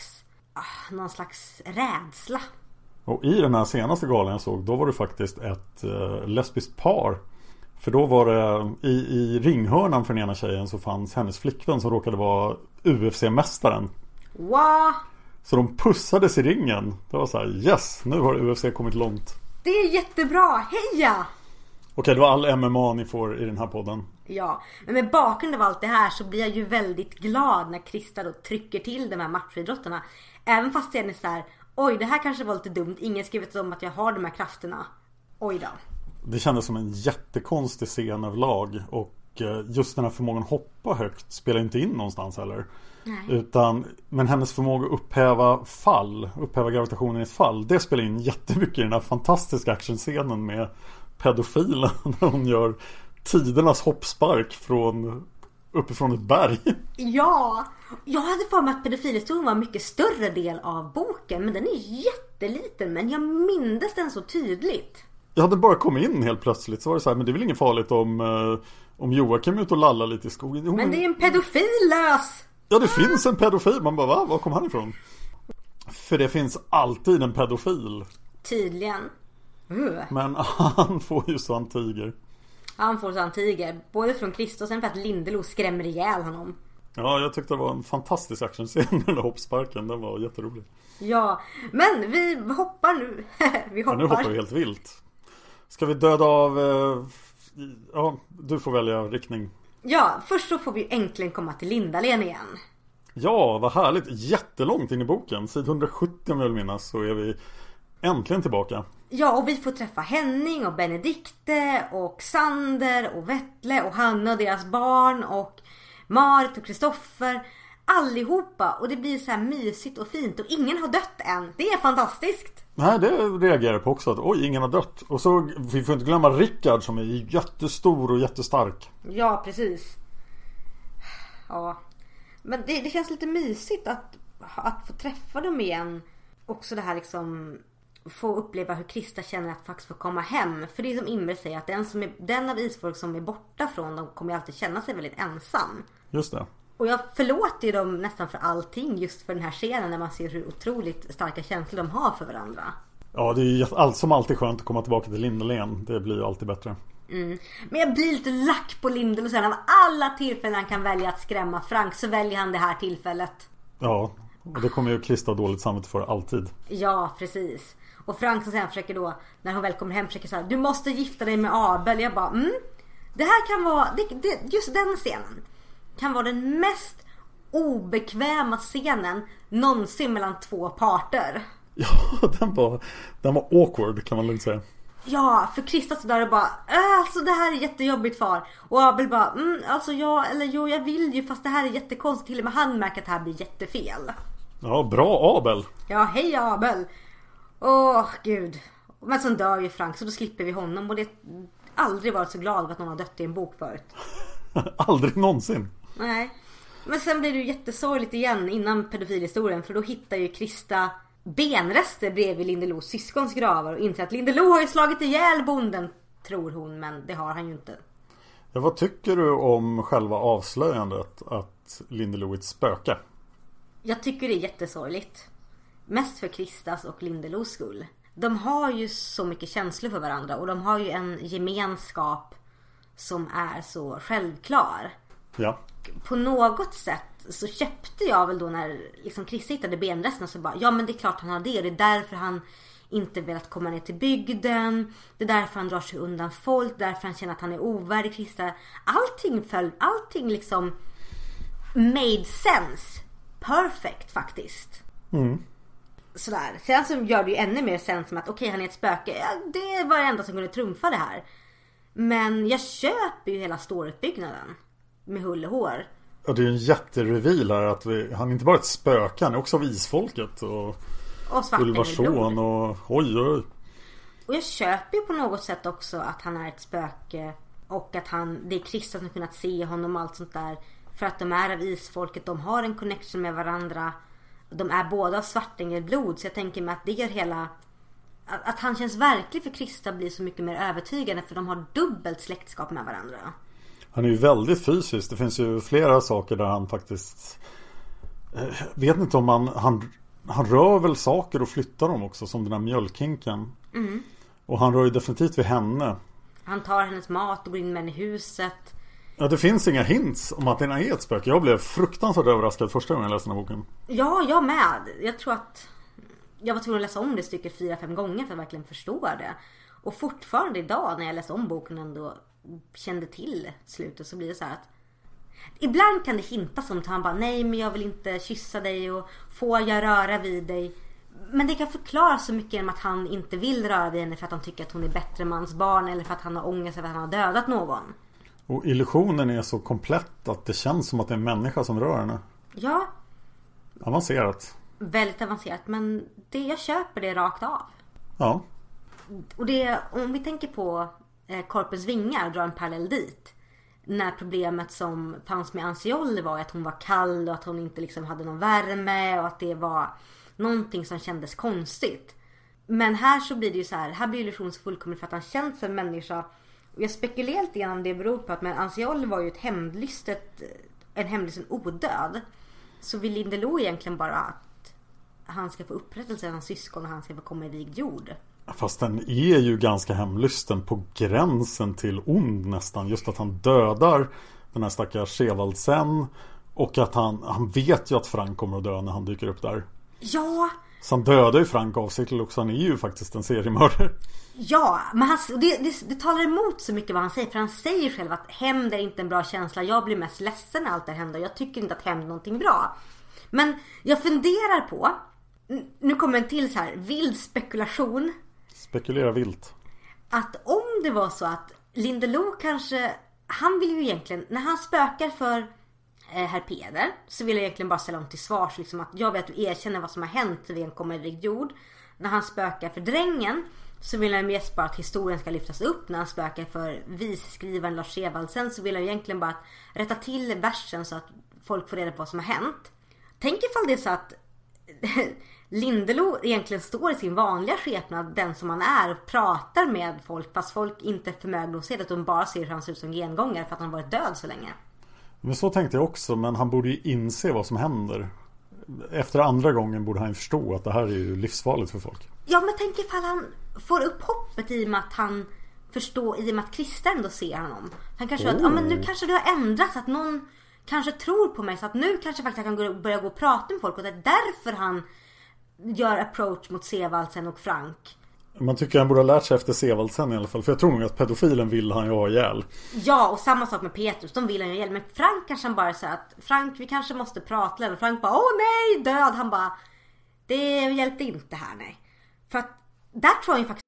S8: någon slags rädsla.
S7: Och i den här senaste galan jag såg, då var det faktiskt ett lesbiskt par. För då var det i ringhörnan för den ena tjejen så fanns hennes flickvän som råkade vara UFC-mästaren.
S8: Wow.
S7: Så de pussades i ringen. Det var så här, yes, nu har UFC kommit långt.
S8: Det är jättebra, heja!
S7: Okej, det var all MMA ni får i den här podden.
S8: Ja, men med bakgrund av allt det här så blir jag ju väldigt glad när Krista då trycker till de här matchidrotterna. Även fast jag är så här, oj, det här kanske var lite dumt. Ingen skrivit om att jag har de här krafterna. Oj då.
S7: Det kändes som en jättekonstig scen överlag. Och just den här förmågan att hoppa högt spelar inte in någonstans heller. Nej. Men hennes förmåga att upphäva gravitationen i ett fall, det spelar in jättemycket i den här fantastiska actionscenen med pedofilen när hon gör tidernas hoppspark uppifrån ett berg.
S8: Ja, jag hade för mig att pedofilhistorien var en mycket större del av boken, men den är jätteliten, men jag minns den så tydligt.
S7: Jag hade bara kommit in helt plötsligt, så var det så här, men det är väl inget farligt om Joakim är ute och lallar lite i skogen.
S8: Men det är en pedofil lös!
S7: Ja, det finns en pedofil. Man bara, va? Var kom han ifrån? För det finns alltid en pedofil.
S8: Tydligen.
S7: Men han får ju så han tiger.
S8: Han får så han tiger. Både från Krista och sen för att Lindelöf skrämmer ihjäl honom.
S7: Ja, jag tyckte det var en fantastisk actionscen med den där hoppsparken. Den var jätterolig.
S8: Ja, men vi hoppar nu. Vi hoppar.
S7: Ja, nu hoppar vi helt vilt. Ska vi döda av... Ja, du får välja riktning.
S8: Ja, först så får vi äntligen komma till Lindalen igen.
S7: Ja, vad härligt. Jättelångt in i boken. Sid 170 om jag vill minnas, så är vi äntligen tillbaka.
S8: Ja, och vi får träffa Henning och Benedikte och Sander och Vettle och Hanna och deras barn och Marit och Kristoffer. Allihopa. Och det blir så här mysigt och fint och ingen har dött än. Det är fantastiskt.
S7: Nej, det reagerar jag på också. Att oj, ingen har dött. Och så, vi får inte glömma Rickard som är jättestor och jättestark.
S8: Ja, precis. Ja. Men det känns lite mysigt att få träffa dem igen. Också det här liksom... Få uppleva hur Krista känner att faktiskt få komma hem. För det är som Imre säger, att den av isfolk som är borta från dem kommer ju alltid känna sig väldigt ensam.
S7: Just det.
S8: Och jag förlåter ju dem nästan för allting just för den här scenen när man ser hur otroligt starka känslor de har för varandra.
S7: Ja, det är ju som alltid skönt att komma tillbaka till Lindelen. Det blir ju alltid bättre.
S8: Men jag blir lite lack på Lindel och sen av alla tillfällen han kan välja att skrämma Frank så väljer han det här tillfället.
S7: Ja, och det kommer ju Krista dåligt samvete för alltid.
S8: Ja, precis. Och Frank som sen försöker då, när hon väl kommer hem, försöker säga, du måste gifta dig med Abel. Jag bara, det här kan vara, just den scenen kan vara den mest obekväma scenen någonsin mellan två parter.
S7: Ja, den var awkward kan man lugnt säga.
S8: Ja, för Krista så där och bara, alltså det här är jättejobbigt far. Och Abel bara, alltså jag vill ju, fast det här är jättekonstigt till och med han märker att det här blir jättefel.
S7: Ja, bra Abel.
S8: Ja, hej Abel. Åh, gud. Men så dör ju Frank, så då slipper vi honom. Och det aldrig varit så glad att någon har dött i en bok förut.
S7: Aldrig någonsin.
S8: Nej. Men sen blir det ju jättesorgligt igen innan pedofilhistorien. För då hittar ju Krista benrester bredvid Lindelos syskons gravar. Och inser att Lindelo har ju slagit ihjäl bonden, tror hon. Men det har han ju inte.
S7: Ja, vad tycker du om själva avslöjandet att Lindelo är ett spöke?
S8: Jag tycker det är jättesorgligt. Mest för Kristas och Lindelos skull. De har ju så mycket känslor för varandra. Och de har ju en gemenskap som är så självklar.
S7: Ja.
S8: På något sätt så köpte jag väl då när liksom Krista hittade benresterna, så bara, ja men det är klart han har det. Det är därför han inte velat komma ner till bygden. Det är därför han drar sig undan folk. Därför han känner att han är ovärdig Krista. Allting liksom made sense. Perfect faktiskt. Sådär. Sen så gör det ju ännu mer sens som att okej, han är ett spöke. Ja, det var det enda som kunde trumfa det här. Men jag köper ju hela storyutbyggnaden med hull och hår.
S7: Ja, det är ju en jättereveal här att han är inte bara ett spöke, han är också av isfolket och Ulvarsson och oj.
S8: Och jag köper ju på något sätt också att han är ett spöke och att det är Krista som kunnat se honom och allt sånt där. För att de är av isfolket, de har en connection med varandra. De är båda av svartängelblod, så jag tänker mig att det gör hela... Att han känns verklig för Krista blir så mycket mer övertygande, för de har dubbelt släktskap med varandra.
S7: Han är ju väldigt fysisk. Det finns ju flera saker där han faktiskt... vet inte om han rör väl saker och flyttar dem också, som den här mjölkhinken. Och han rör ju definitivt vid henne. Han
S8: tar hennes mat och går in med henne i huset.
S7: Ja, det finns inga hints om att den är ett spöke. Jag blev fruktansvärt överraskad första gången jag läste den här boken.
S8: Ja, jag med. Jag tror att jag var tvungen att läsa om det stycket 4-5 gånger för att verkligen förstå det. Och fortfarande idag när jag läste om boken ändå kände till slutet, så blir det så här att ibland kan det hinta som att han bara, nej men jag vill inte kyssa dig och får jag röra vid dig. Men det kan förklara så mycket genom att han inte vill röra vid henne för att han tycker att hon är bättre mans barn, eller för att han har ångest över att han har dödat någon.
S7: Och illusionen är så komplett att det känns som att det är en människa som rör henne.
S8: Ja.
S7: Avancerat.
S8: Väldigt avancerat, men jag köper det rakt av.
S7: Ja.
S8: Och om vi tänker på Korpens vingar och drar en parallell dit. När problemet som fanns med Ancioli var att hon var kall och att hon inte liksom hade någon värme och att det var någonting som kändes konstigt. Men här så blir det ju så här blir illusionen så fullkomlig för att han känns som en människa. Och jag spekulerar lite grann om det beror på att Ancioli var ju en hämndlysten odöd. Så vill Lindelo egentligen bara att han ska få upprättelse av hans syskon och han ska få komma i vigd jord.
S7: Fast den är ju ganska hemlysten, på gränsen till ond nästan. Just att han dödar den här stackars Sevaldsen. Och att han vet ju att Frank kommer att dö när han dyker upp där.
S8: Ja.
S7: Så han dödar ju Frank avsiktligt också. Han är ju faktiskt en seriemördare.
S8: Ja, men det talar emot så mycket vad han säger. För han säger själv att hämnd är inte en bra känsla. Jag blir mest ledsen när allt det händer. Jag tycker inte att hämnd är någonting bra. Men jag funderar på, nu kommer en till så här vild spekulation.
S7: Spekulera vilt.
S8: Att om det var så att Lindelo kanske, han vill ju egentligen, när han spökar för herr Peder, så vill jag egentligen bara ställa honom till svars. Liksom att jag vet att du erkänner vad som har hänt så vi kan komma i vigd jord. När han spökar för drängen så vill jag mest bara att historien ska lyftas upp. När han spökar för visskrivaren Lars Sevaldsen så vill jag egentligen bara att rätta till versen så att folk får reda på vad som har hänt. Tänk ifall det är så att Lindelo egentligen står i sin vanliga skepnad, den som han är, och pratar med folk fast folk inte är förmögna att se det, att de bara ser hur han ser ut som gengångare för att han varit död så länge.
S7: Men så tänkte jag också, men han borde ju inse vad som händer. Efter andra gången borde han förstå att det här är ju livsfarligt för folk.
S8: Ja, men tänk ifall han får upp hoppet i och med att han förstår, i och med att Krista ändå ser honom. Han kanske att, ja men nu kanske det har ändrats, att någon kanske tror på mig, så att nu kanske faktiskt jag kan börja gå och prata med folk, och det är därför han gör approach mot Sevaldsen och Frank.
S7: Man tycker han borde ha lärt sig efter Sevaldsen i alla fall. För jag tror nog att pedofilen vill han ju ha ihjäl.
S8: Ja, och samma sak med Petrus. De vill han ju ihjäl. Men Frank kanske han bara säger att Frank, vi kanske måste prata. Och Frank bara, åh nej, död. Han bara, det hjälpte inte här, nej. För att där tror jag ju faktiskt...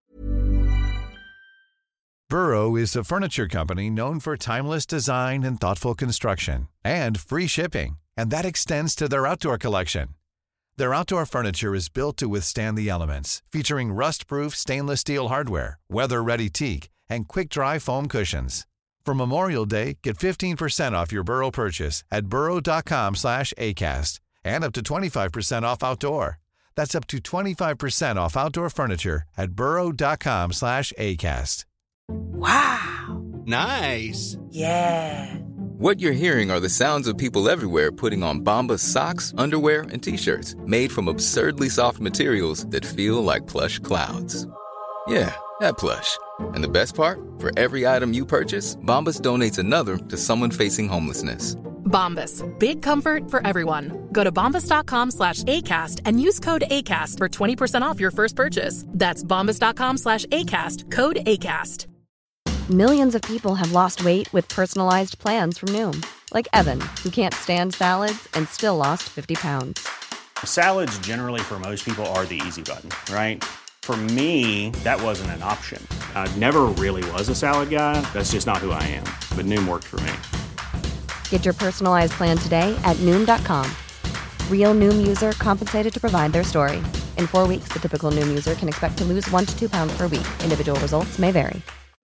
S1: Burrow is a furniture company known for timeless design and thoughtful construction. And free shipping. And that extends to their outdoor collection. Their outdoor furniture is built to withstand the elements, featuring rust-proof stainless steel hardware, weather-ready teak, and quick-dry foam cushions. For Memorial Day, get 15% off your Burrow purchase at burrow.com/ACAST and up to 25% off outdoor. That's up to 25% off outdoor furniture at burrow.com/ACAST.
S9: Wow.
S10: Nice.
S9: Yeah.
S11: What you're hearing are the sounds of people everywhere putting on Bombas socks, underwear, and T-shirts made from absurdly soft materials that feel like plush clouds. Yeah, that plush. And the best part? For every item you purchase, Bombas donates another to someone facing homelessness.
S4: Bombas. Big comfort for everyone. Go to bombas.com/ACAST and use code ACAST for 20% off your first purchase. That's bombas.com/ACAST. Code ACAST.
S12: Millions of people have lost weight with personalized plans from Noom. Like Evan, who can't stand salads and still lost 50 pounds.
S13: Salads generally for most people are the easy button, right? For me, that wasn't an option. I never really was a salad guy. That's just not who I am. But Noom worked for me.
S12: Get your personalized plan today at Noom.com. Real Noom user compensated to provide their story. In 4 weeks, the typical Noom user can expect to lose 1 to 2 pounds per week. Individual results may vary.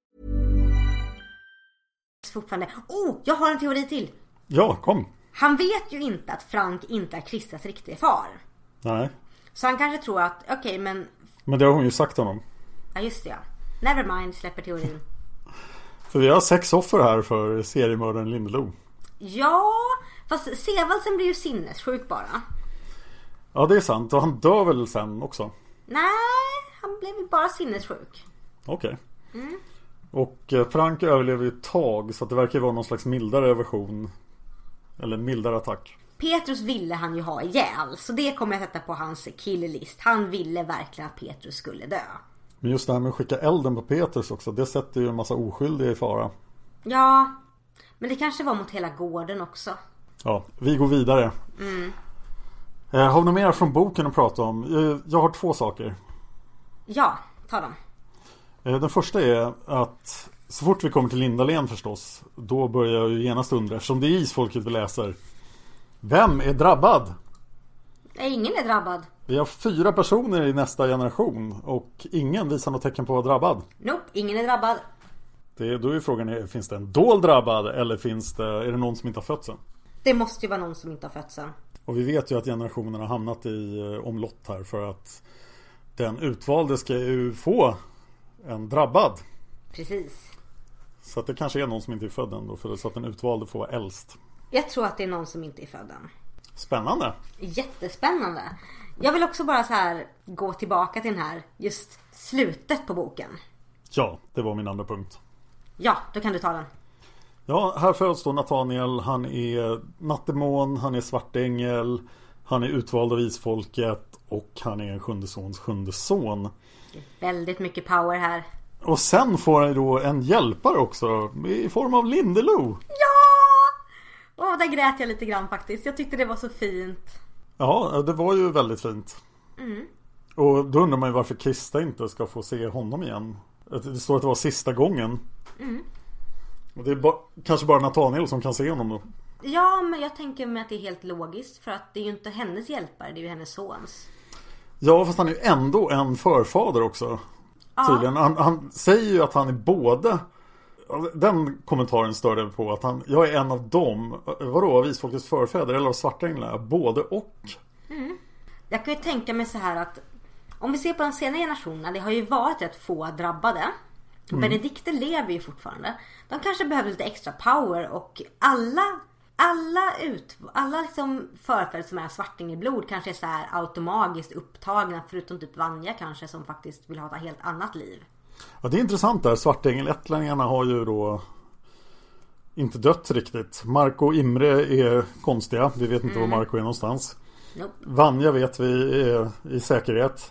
S8: Fortfarande. Jag har en teori till.
S7: Ja, kom.
S8: Han vet ju inte att Frank inte är Kristas riktiga far.
S7: Nej.
S8: Så han kanske tror att, okej, men
S7: det har hon ju sagt honom.
S8: ja, just det, ja. Never mind, släpper teorin.
S7: För vi har 6 offer här för seriemördaren Lindeloo.
S8: Ja, fast Sevaldsen blir ju sinnessjuk bara.
S7: Ja, det är sant. Och han dör väl sen också?
S8: Nej, han blev ju bara sinnessjuk.
S7: Okej. Och Frank överlever ju ett tag, så att det verkar vara någon slags mildare version. Eller mildare attack.
S8: Petrus ville han ju ha ihjäl, så det kommer jag sätta på hans killlist. Han ville verkligen att Petrus skulle dö.
S7: Men just det här med att skicka elden på Petrus också, det sätter ju en massa oskyldiga i fara.
S8: Ja, men det kanske var mot hela gården också.
S7: Ja, vi går vidare. Har vi något mer från boken att prata om? Jag har 2 saker.
S8: Ja, ta dem.
S7: Den första är att så fort vi kommer till Lindalen förstås, då börjar jag ju genast undra, eftersom det är isfolket vi läser. Vem är drabbad?
S8: Nej, ingen är drabbad.
S7: Vi har 4 personer i nästa generation och ingen visar något tecken på att vara drabbad.
S8: Nope, ingen är drabbad.
S7: Då är frågan, finns det en dold drabbad eller är det någon som inte har fötts än?
S8: Det måste ju vara någon som inte har fötts än.
S7: Och vi vet ju att generationen har hamnat i omlott här, för att den utvalde ska ju få en drabbad.
S8: Precis.
S7: Så att det kanske är någon som inte är född än då, för så att den utvalde får vara äldst.
S8: Jag tror att det är någon som inte är född än.
S7: Spännande.
S8: Jättespännande. Jag vill också bara så här gå tillbaka till den här just slutet på boken.
S7: Ja, det var min andra punkt.
S8: Ja, då kan du ta den.
S7: Ja, här föds då Nathaniel. Han är nattdemon, han är svartängel, han är utvald av isfolket och han är en 7:e sons 7:e son.
S8: Väldigt mycket power här.
S7: Och sen får han då en hjälpare också i form av Lindeloo.
S8: Ja! Där grät jag lite grann faktiskt. Jag tyckte det var så fint.
S7: Ja, det var ju väldigt fint. Och då undrar man ju varför Krista inte ska få se honom igen. Det står att det var sista gången. Och det är kanske bara Nathaniel som kan se honom då.
S8: Ja, men jag tänker mig att det är helt logiskt. För att det är ju inte hennes hjälpare, det är ju hennes sons.
S7: Ja, fast han är ju ändå en förfader också. Tydligen. Han säger ju att han är både... Den kommentaren störde på att jag är en av dem. Vadå, av isfolkets förfäder eller av svartänglar? Både och.
S8: Jag kan ju tänka mig så här att om vi ser på de senare generationerna, det har ju varit rätt få drabbade. Benedikter lever ju fortfarande. De kanske behöver lite extra power, och alla liksom förfäder som är svartingelblod kanske är så här automatiskt upptagna, förutom typ Vanja kanske, som faktiskt vill ha ett helt annat liv.
S7: Ja, det är intressant där. Svartängel-ättlingarna har ju då inte dött riktigt. Marco och Imre är konstiga. Vi vet inte var Marco är någonstans.
S8: Nope.
S7: Vanja vet vi är i säkerhet.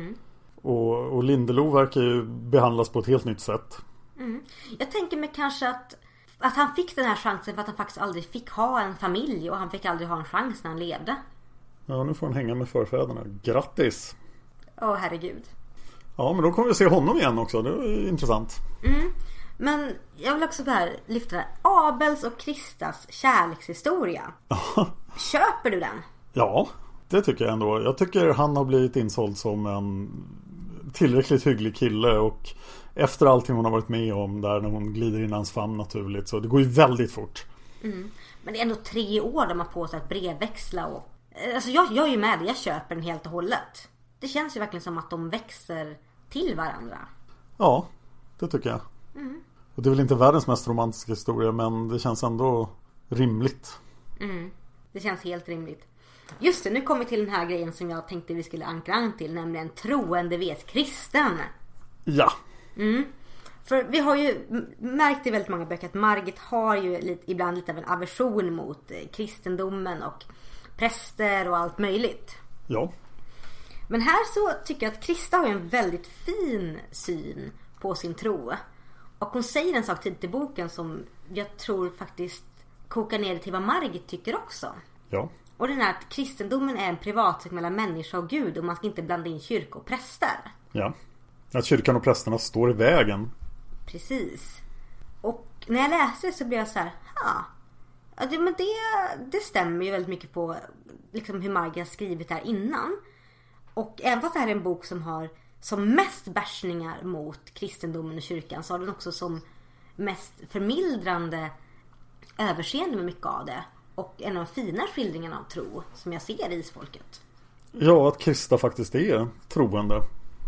S7: Och Lindeloo verkar ju behandlas på ett helt nytt sätt.
S8: Jag tänker mig kanske att han fick den här chansen för att han faktiskt aldrig fick ha en familj, och han fick aldrig ha en chans när han levde.
S7: Ja, nu får han hänga med förfäderna. Grattis!
S8: Herregud.
S7: Ja, men då kommer vi se honom igen också. Det är intressant.
S8: Men jag vill också här lyfta det. Abels och Kristas kärlekshistoria. Köper du den?
S7: Ja, det tycker jag ändå. Jag tycker han har blivit insåld som en tillräckligt hygglig kille, och efter allting hon har varit med om där, när hon glider in i hans famn naturligt, så det går ju väldigt fort.
S8: Men det är ändå 3 år de har på sig att brevväxla och... Alltså jag är ju med det, jag köper den helt och hållet. Det känns ju verkligen som att de växer till varandra.
S7: Ja, det tycker jag. Och det är väl inte världens mest romantiska historia, men det känns ändå rimligt.
S8: Det känns helt rimligt. Just det, nu kommer vi till den här grejen som jag tänkte vi skulle ankra an till, nämligen troende vet kristen.
S7: Ja.
S8: För vi har ju märkt i väldigt många böcker att Margit har ju ibland lite av en aversion mot kristendomen och präster och allt möjligt.
S7: Ja.
S8: Men här så tycker jag att Krista har en väldigt fin syn på sin tro. Och hon säger en sak tidigt i boken som jag tror faktiskt kokar ner det till vad Margit tycker också.
S7: Ja.
S8: Och den är att kristendomen är en privatsak mellan människa och Gud, och man ska inte blanda in kyrka och präster.
S7: Ja. Att kyrkan och prästerna står i vägen.
S8: Precis. Och när jag läser det så blir jag så här, men det stämmer ju väldigt mycket på liksom hur Margit har skrivit här innan. Och även fast det här är en bok som har som mest bärsningar mot kristendomen och kyrkan, så har den också som mest förmildrande överseende med mycket av det. Och en av de fina skildringarna av tro som jag ser i Isfolket.
S7: Ja, att Krista faktiskt är troende.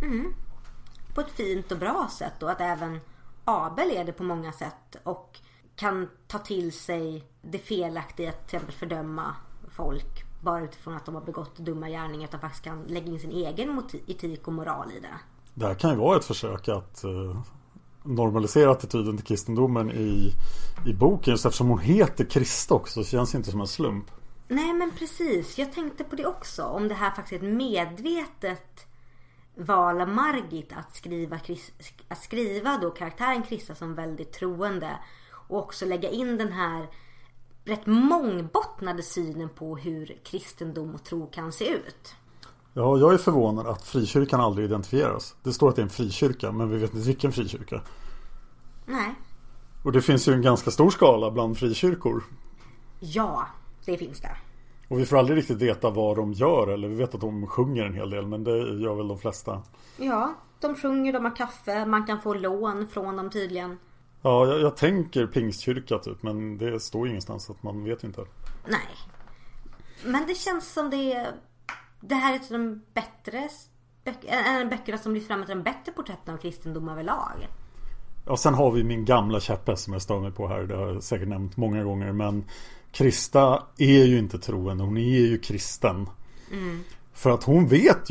S8: På ett fint och bra sätt, och att även Abel är det på många sätt och kan ta till sig det felaktiga att till exempel fördöma folk bara utifrån att de har begått dumma gärningar, utan faktiskt kan lägga in sin egen etik och moral i det.
S7: Det här kan ju vara ett försök att normalisera attityden till kristendomen i boken, just eftersom hon heter Krista också, så känns det inte som en slump.
S8: Nej, men precis. Jag tänkte på det också. Om det här faktiskt är ett medvetet val av Margit att skriva då karaktären Krista som väldigt troende, och också lägga in den här rätt mångbottnade synen på hur kristendom och tro kan se ut.
S7: Ja, jag är förvånad att frikyrkan aldrig identifieras. Det står att det är en frikyrka, men vi vet inte vilken frikyrka.
S8: Nej.
S7: Och det finns ju en ganska stor skala bland frikyrkor.
S8: Ja, det finns det.
S7: Och vi får aldrig riktigt veta vad de gör, eller vi vet att de sjunger en hel del, men det gör väl de flesta.
S8: Ja, de sjunger, de har kaffe, man kan få lån från dem tydligen.
S7: Ja, jag tänker pingstkyrka typ, men det står ingenstans, att man vet inte.
S8: Nej. Men det känns som det här är ett av de bättre böckerna som blir fram till en bättre porträtten av kristendom överlag.
S7: Ja, sen har vi min gamla käpphäst som jag stör mig på här. Det har jag säkert nämnt många gånger, men Krista är ju inte troende, hon är ju kristen. För att hon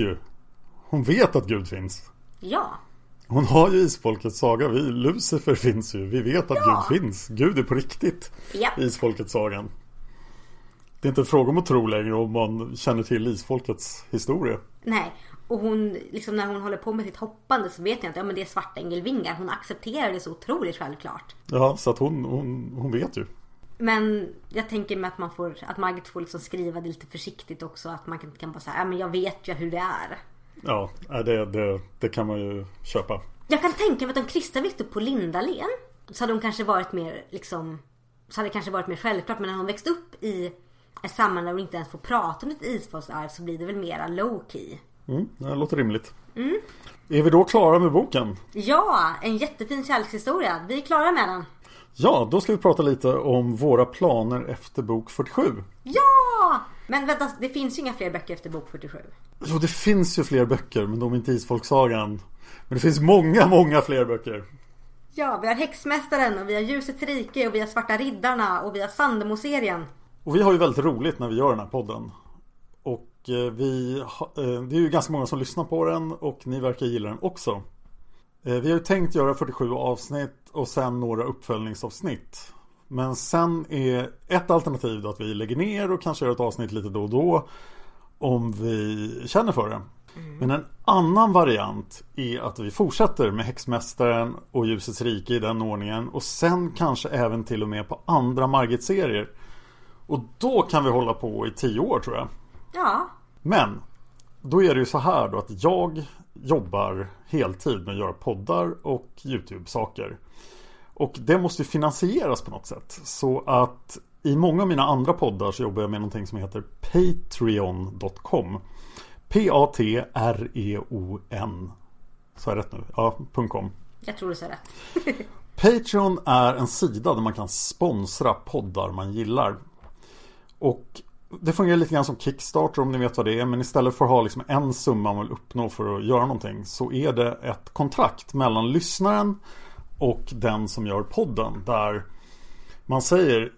S7: vet att Gud finns.
S8: Ja.
S7: Hon har ju Isfolkets saga. Lucifer finns ju. Vi vet att Gud finns. Gud är på riktigt.
S8: Yep.
S7: Isfolkets sagan. Det är inte en fråga om att tro längre om man känner till Isfolkets historia.
S8: Nej. Och hon, liksom när hon håller på med sitt hoppande, så vet jag inte, men det är svarta ängelvingar. Hon accepterar det så otroligt självklart.
S7: Ja, så att hon vet ju.
S8: Men jag tänker mig att Margit får liksom skriva det lite försiktigt också. Att man kan bara säga, men jag vet ju hur det är.
S7: Ja, det kan man ju köpa.
S8: Jag kan tänka mig att om Krista växte upp på Lindalen, så hade hon kanske varit mer liksom, så hade det kanske varit mer självklart. Men när hon växte upp i ett sammanhang där hon inte ens får prata om ett isfolksarv, så blir det väl mera low key.
S7: Det låter rimligt. Är vi då klara med boken?
S8: Ja, en jättefin kärlekshistoria. Vi är klara med den.
S7: Ja, då ska vi prata lite om våra planer efter bok 47.
S8: Ja! Men vänta, det finns ju inga fler böcker efter bok 47.
S7: Jo, det finns ju fler böcker, men de är inte Isfolksagan. Men det finns många fler böcker.
S8: Ja, vi har Häxmästaren, och vi har Ljusets rike, och vi har Svarta riddarna, och vi har Sandemo-serien.
S7: Och vi har ju väldigt roligt när vi gör den här podden. Och det är ju ganska många som lyssnar på den, och ni verkar gilla den också. Vi har ju tänkt göra 47 avsnitt och sen några uppföljningsavsnitt. Men sen är ett alternativ då att vi lägger ner och kanske gör ett avsnitt lite då och då, om vi känner för det. Men en annan variant är att vi fortsätter med Häxmästaren och Ljusets rike i den ordningen, och sen kanske även till och med på andra Margit-serier. Och då kan vi hålla på i 10 år, tror jag.
S8: Ja.
S7: Men då är det ju så här då, att jag jobbar heltid med att göra poddar och YouTube-saker. Och det måste finansieras på något sätt. Så att i många av mina andra poddar så jobbar jag med någonting som heter Patreon.com. Patreon. Så är rätt nu? Ja, .com.
S8: Jag tror det så rätt.
S7: Patreon är en sida där man kan sponsra poddar man gillar. Och det fungerar lite grann som Kickstarter om ni vet vad det är. Men istället för att ha liksom en summa man vill uppnå för att göra någonting, så är det ett kontrakt mellan lyssnaren och den som gör podden. Där man säger,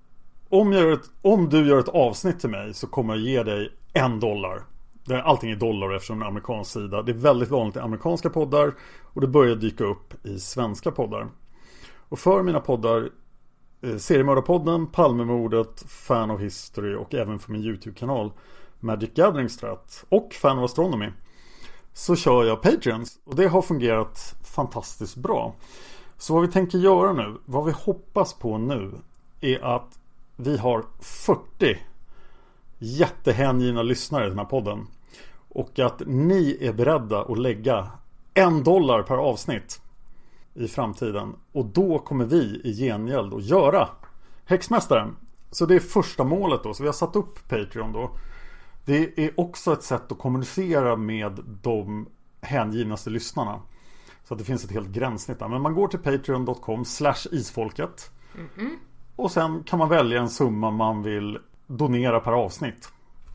S7: om du gör ett avsnitt till mig så kommer jag ge dig $1. Allting är dollar eftersom det är en amerikansk sida. Det är väldigt vanligt i amerikanska poddar. Och det börjar dyka upp i svenska poddar. Och för mina poddar, Seriemördarpodden, Palmemordet, Fan of History och även för min YouTube-kanal Magic Gathering Strat och Fan of Astronomy, så kör jag Patreons. Och det har fungerat fantastiskt bra. Så vad vi tänker göra nu, vad vi hoppas på nu, är att vi har 40 jättehängivna lyssnare i den här podden. Och att ni är beredda att lägga $1 per avsnitt i framtiden. Och då kommer vi i gengäld att göra Häxmästaren. Så det är första målet då. Så vi har satt upp Patreon då. Det är också ett sätt att kommunicera med de hängivnaste lyssnarna. Så att det finns ett helt gränssnitt där. Men man går till patreon.com/isfolket. Och sen kan man välja en summa man vill donera per avsnitt.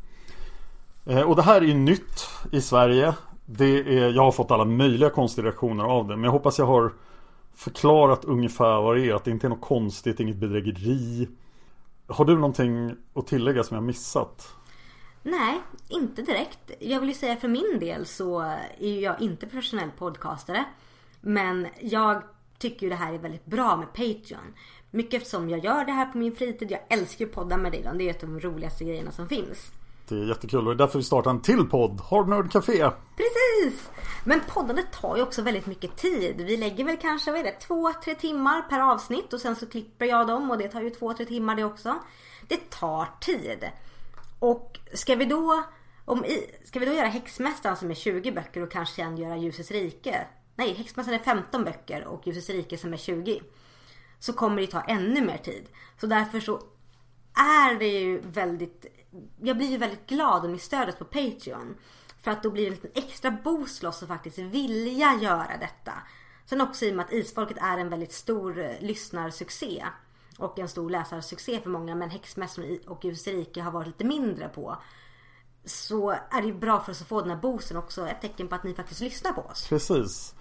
S7: Och det här är ju nytt i Sverige. Jag har fått alla möjliga konstiga reaktioner av det. Men jag hoppas jag har förklarat ungefär vad det är. Att det inte är något konstigt, inget bedrägeri. Har du någonting att tillägga som jag missat?
S8: Nej, inte direkt. Jag vill ju säga för min del så är jag inte professionell podcastare. Men jag tycker ju det här är väldigt bra med Patreon. Mycket eftersom jag gör det här på min fritid. Jag älskar ju podda med dig. Det är ett av de roligaste grejerna som finns. Det
S7: är jättekul och det är därför vi startar en till podd, Hard Nerd Café.
S8: Precis! Men poddandet tar ju också väldigt mycket tid. Vi lägger väl kanske 2-3 timmar per avsnitt. Och sen så klipper jag dem och det tar ju 2-3 timmar det också. Det tar tid. Och ska vi då göra Häxmästaren som är 20 böcker och kanske sen göra Ljusets rike. Nej, Häxmästaren är 15 böcker och Ljusets rike som är 20. Så kommer det ta ännu mer tid. Så därför så är det ju jag blir ju väldigt glad om ni stödet på Patreon. För att då blir det en liten extra boost loss och faktiskt vilja göra detta. Sen också i och med att Isfolket är en väldigt stor lyssnarsuccé. Och en stor läsarsuccé för många. Men Häxmästaren och Ljusets rike har varit lite mindre på. Så är det ju bra för oss att få den här boosten också. Ett tecken på att ni faktiskt lyssnar på oss.
S7: Precis.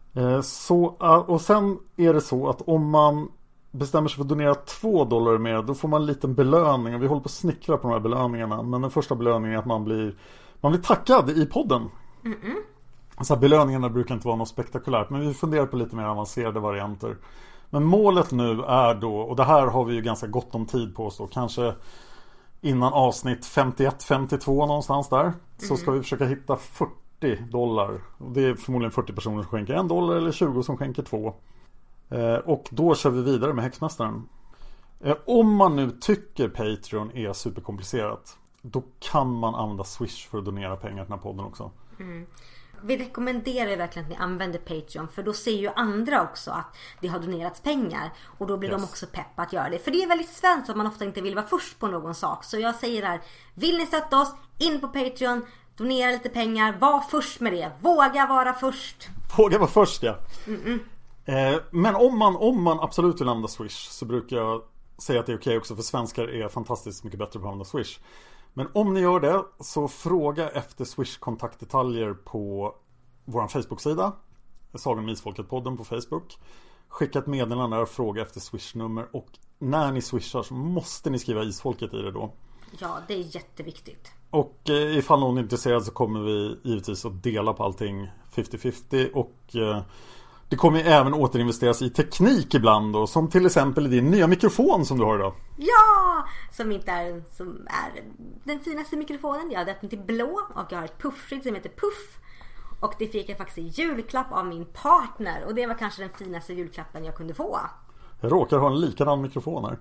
S7: Och sen är det så att om man bestämmer sig för att donera $2 mer, då får man en liten belöning. Och vi håller på att snickra på de här belöningarna. Men den första belöningen är att man blir tackad i podden. Så här, belöningarna brukar inte vara något spektakulärt. Men vi funderar på lite mer avancerade varianter. Men målet nu är då, och det här har vi ju ganska gott om tid på oss då, kanske innan avsnitt 51-52 någonstans där, så ska vi försöka hitta $40. Och det är förmodligen 40 personer som skänker $1 eller 20 som skänker 2. Och då kör vi vidare med Häxmästaren. Om man nu tycker Patreon är superkomplicerat, då kan man använda Swish för att donera pengar till den här podden också.
S8: Vi rekommenderar verkligen att ni använder Patreon. För då ser ju andra också att det har donerats pengar. Och då blir de också peppa att göra det. För det är väldigt svenskt att man ofta inte vill vara först på någon sak. Så jag säger här, vill ni stötta oss, in på Patreon, donera lite pengar, var först med det. Våga vara först.
S7: Våga vara först, ja. Men om man absolut vill använda Swish, så brukar jag säga att det är okej också. För svenskar är fantastiskt mycket bättre på att använda Swish. Men om ni gör det, så fråga efter Swish-kontaktdetaljer på vår Facebook-sida, Sagan om Isfolket-podden på Facebook. Skicka ett meddelande där och fråga efter Swish-nummer. Och när ni swishar så måste ni skriva Isfolket i det då.
S8: Ja, det är jätteviktigt.
S7: Och ifall någon är intresserad så kommer vi givetvis att dela på allting 50-50. Och det kommer även återinvesteras i teknik ibland då, som till exempel i din nya mikrofon som du har idag.
S8: Ja, som är den finaste mikrofonen. Jag har döpt den till blå och jag har ett puffskydd som heter Puff. Och det fick jag faktiskt i julklapp av min partner. Och det var kanske den finaste julklappen jag kunde få.
S7: Jag råkar ha en likadan mikrofon här.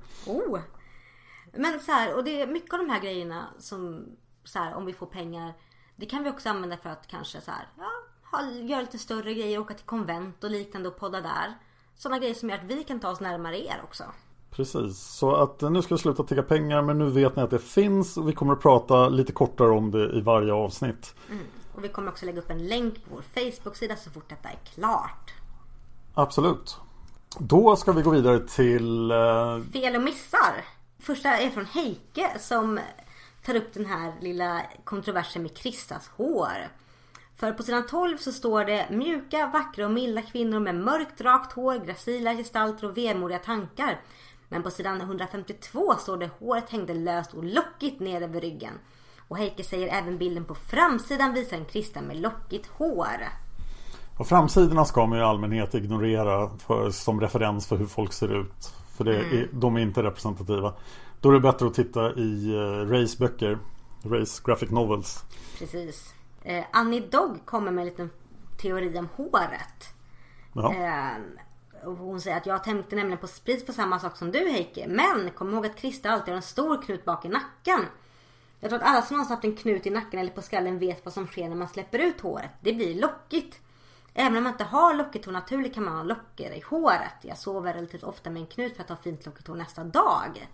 S8: Men så här, och det är mycket av de här grejerna som så här, om vi får pengar, det kan vi också använda för att kanske så här, göra lite större grejer, åka till konvent och liknande och podda där. Sådana grejer som gör att vi kan ta oss närmare er också.
S7: Precis, så att nu ska vi sluta tigga pengar, men nu vet ni att det finns och vi kommer att prata lite kortare om det i varje avsnitt.
S8: Och vi kommer också lägga upp en länk på vår Facebook-sida så fort detta är klart.
S7: Absolut. Då ska vi gå vidare till...
S8: Fel och missar. Första är från Heike som tar upp den här lilla kontroversen med Kristas hår. För på sidan 12 så står det: mjuka, vackra och milda kvinnor med mörkt rakt hår, gracila gestalter och vemodiga tankar. Men på sidan 152 står det: håret hängde löst och lockigt ner över ryggen. Och Heike säger även bilden på framsidan visar en Krista med lockigt hår. Och
S7: framsidorna ska man ju i allmänhet ignorera som referens för hur folk ser ut. För de är inte representativa. Då är det bättre att titta i Rays böcker, Rays graphic novels.
S8: Precis. Annie Dogg kommer med en liten teori om håret. Ja. Hon säger att jag tänkte nämligen precis på samma sak som du, Heike. Men kom ihåg att Krista alltid har en stor knut bak i nacken. Jag tror att alla som har haft en knut i nacken eller på skallen vet vad som sker när man släpper ut håret. Det blir lockigt. Även om man inte har lockigt hår naturligt kan man ha locker i håret. Jag sover relativt ofta med en knut för att ha fint lockigt hår nästa dag.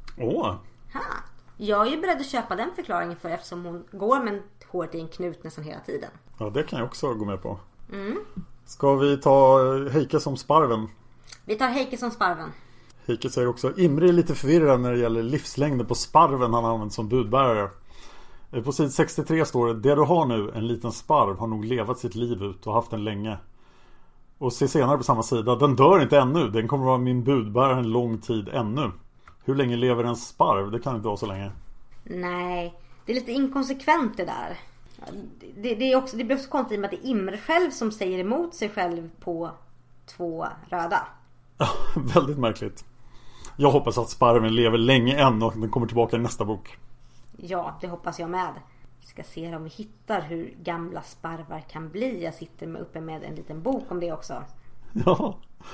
S8: Jag är ju beredd att köpa den förklaringen för eftersom hon går med håret i en knut nästan hela tiden.
S7: Ja, det kan jag också gå med på. Ska vi ta Heike som sparven?
S8: Vi tar Heike som sparven.
S7: Heike säger också: Imre är lite förvirrad när det gäller livslängden på sparven han använt som budbärare. På sid 63 står det: det du har nu, en liten sparv, har nog levat sitt liv ut och haft den länge. Och se senare på samma sida: den dör inte ännu, den kommer vara min budbärare en lång tid ännu. Hur länge lever en sparv? Det kan inte vara så länge.
S8: Nej, det är lite inkonsekvent det där. Det blir också konstigt med att det är Imre själv som säger emot sig själv på 2 röda.
S7: Ja, väldigt märkligt. Jag hoppas att sparven lever länge än och den kommer tillbaka i nästa bok.
S8: Ja, det hoppas jag med. Vi ska se om vi hittar hur gamla sparvar kan bli. Jag sitter uppe med en liten bok om det också.
S7: Ja.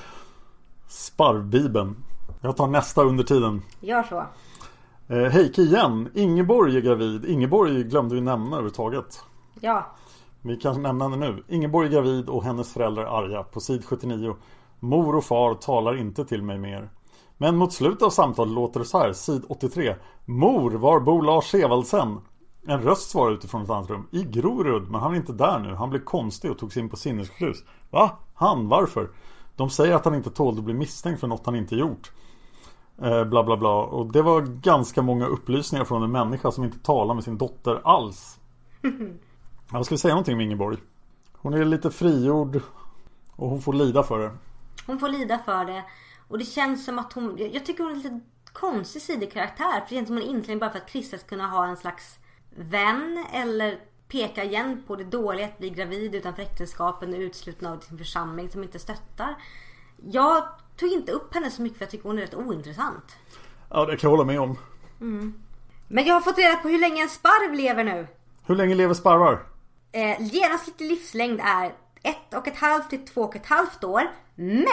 S7: Sparvbibeln. Jag tar nästa under tiden.
S8: Gör så.
S7: Heike igen. Ingeborg är gravid. Ingeborg glömde vi nämna överhuvudtaget.
S8: Ja.
S7: Vi kan nämna det nu. Ingeborg är gravid och hennes föräldrar är arga. På sid 79. Mor och far talar inte till mig mer. Men mot slutet av samtalet låter det så här. Sid 83. Mor, var bor Lars Evaldsen? En röst svarar utifrån ett annat rum. I Grorud, men han är inte där nu. Han blev konstig och tog sig in på sinnessjukhus. Va? Han? Varför? De säger att han inte tålde att bli misstänkt för något han inte gjort. Bla bla bla. Och det var ganska många upplysningar från en människa som inte talar med sin dotter alls. Jag skulle säga någonting om Ingeborg. Hon är lite frigjord och hon får lida för det.
S8: Hon får lida för det. Och det känns som att hon... Jag tycker hon är lite konstig sidokaraktär. För det känns som hon är intelligent bara för att Krista ska kunna ha en slags vän. Eller peka igen på det dåliga att bli gravid utanför äktenskapen och utslutna av sin församling som inte stöttar. Jag tog inte upp henne så mycket för jag tycker hon är rätt ointressant.
S7: Ja, det kan jag hålla med om.
S8: Men jag har fått reda på hur länge en sparv lever nu.
S7: Hur länge lever sparvar?
S8: Genomsnittlig livslängd är 1,5 till 2,5 år. Men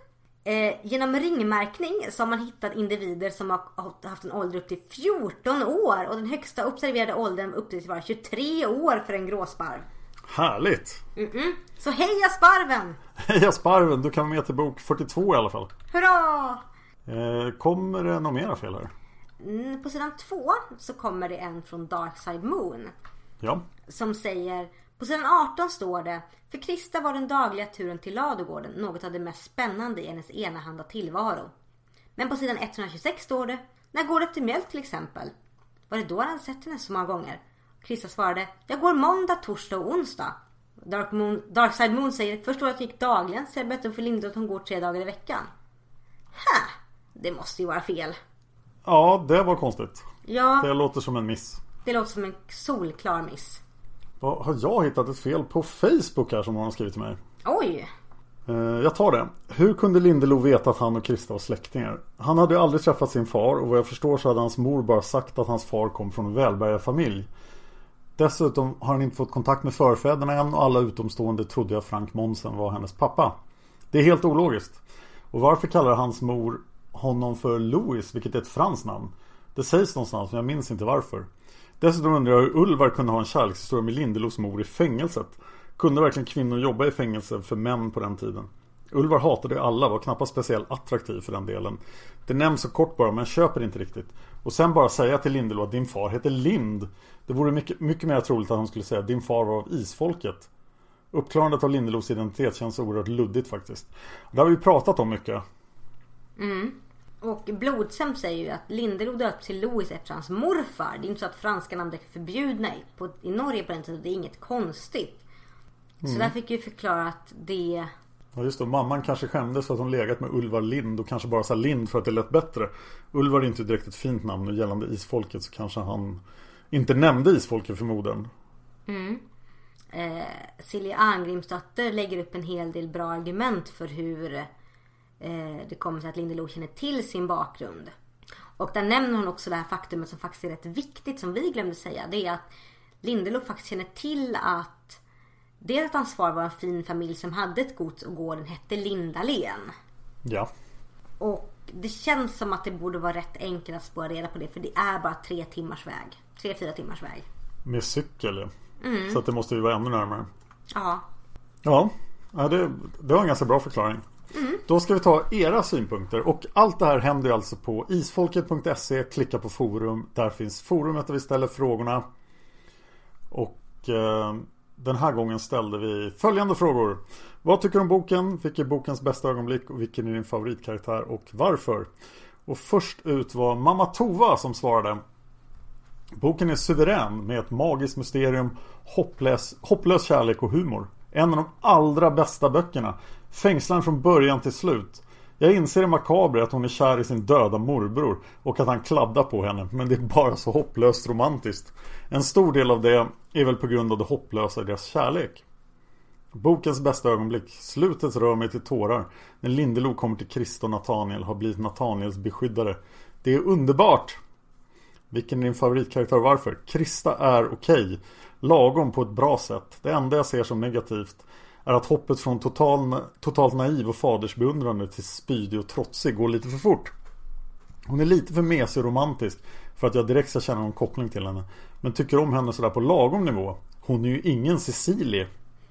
S8: genom ringmärkning så har man hittat individer som har haft en ålder upp till 14 år. Och den högsta observerade åldern upp till vara 23 år för en gråsparv.
S7: Härligt!
S8: Så heja sparven!
S7: Heja sparven, du kan vara med till bok 42 i alla fall.
S8: Hurra!
S7: Kommer det något mera fel här?
S8: På sidan 2 så kommer det en från Darkside Moon.
S7: Ja.
S8: Som säger... På sidan 18 står det: för Krista var den dagliga turen till ladugården något av det mest spännande i hennes enahanda tillvaro. Men på sidan 126 står det: när går det efter mjölk till exempel? Var det då han sett henne så många gånger? Krista svarade: jag går måndag, torsdag och onsdag. Darkside Moon säger: förstår att det gick dagligen, så jag bättre för Linda att hon går 3 dagar i veckan. Det måste ju vara fel.
S7: Ja, det var konstigt.
S8: Ja.
S7: Det låter som en miss.
S8: Det låter som en solklar miss.
S7: Har jag hittat ett fel på Facebook här som någon har skrivit till mig?
S8: Oj!
S7: Jag tar det. Hur kunde Lindelo veta att han och Krista var släktingar? Han hade ju aldrig träffat sin far och vad jag förstår så hade hans mor bara sagt att hans far kom från en välbärgarfamilj. Dessutom har han inte fått kontakt med förfäderna än och alla utomstående trodde jag Frank Monsen var hennes pappa. Det är helt ologiskt. Och varför kallar hans mor honom för Louis, vilket är ett franskt namn? Det sägs någonstans men jag minns inte varför. Dessutom undrar jag hur Ulvar kunde ha en kärlekshistoria med Lindelos mor i fängelset. Kunde verkligen kvinnor jobba i fängelse för män på den tiden? Ulvar hatade alla, var knappast speciellt attraktiv för den delen. Det nämns så kort bara, men köper inte riktigt. Och sen bara säga till Lindelå att din far heter Lind. Det vore mycket, mycket mer troligt att han skulle säga din far var av isfolket. Uppklarandet av Lindelås identitet känns oerhört luddigt faktiskt. Det har vi pratat om mycket.
S8: Och Blodsam säger ju att Lindelå döpt till Louis efter hans morfar. Det är inte så att franska namn är förbjudna i Norge på den tiden. Det är inget konstigt. Så där fick ju förklara att det...
S7: Ja just det, mamman kanske skämdes för att hon legat med Ulvar Lind och kanske bara sa Lind för att det lät bättre. Ulvar är inte direkt ett fint namn och gällande isfolket så kanske han inte nämnde isfolket för modern.
S8: Silja Arngrimsdotter lägger upp en hel del bra argument för hur det kommer sig att Lindelå känner till sin bakgrund. Och där nämner hon också det här faktumet som faktiskt är rätt viktigt som vi glömde säga. Det är att Lindelå faktiskt känner till att det att hans far var en fin familj som hade ett gods och gården hette Lindalen.
S7: Ja.
S8: Och det känns som att det borde vara rätt enkelt att spåra reda på det. För det är bara 3-4 timmars väg.
S7: Med cykel, ja. Så att det måste ju vara ännu närmare.
S8: Ja,
S7: det var en ganska bra förklaring. Då ska vi ta era synpunkter. Och allt det här händer alltså på isfolket.se. Klicka på forum. Där finns forumet där vi ställer frågorna. Och den här gången ställde vi följande frågor. Vad tycker du om boken? Vilken är bokens bästa ögonblick? Och vilken är din favoritkaraktär? Och varför? Och först ut var Mamma Tova som svarade. Boken är suverän med ett magiskt mysterium, hopplös kärlek och humor. En av de allra bästa böckerna. Fängslan från början till slut. Jag inser det makabra att hon är kär i sin döda morbror och att han kladdar på henne, men det är bara så hopplöst romantiskt. En stor del av det är väl på grund av det hopplösa i deras kärlek. Bokens bästa ögonblick. Slutet rör mig till tårar när Lindelå kommer till Krista och Nathaniel har blivit Nathaniels beskyddare. Det är underbart! Vilken är din favoritkaraktär och varför? Krista är okej. Lagom på ett bra sätt. Det enda jag ser som negativt är att hoppet från totalt naiv och fadersbeundrande till spydig och trotsig går lite för fort. Hon är lite för mesig och romantisk för att jag direkt ska känna någon koppling till henne. Men tycker om henne sådär på lagom nivå. Hon är ju ingen Cecilie.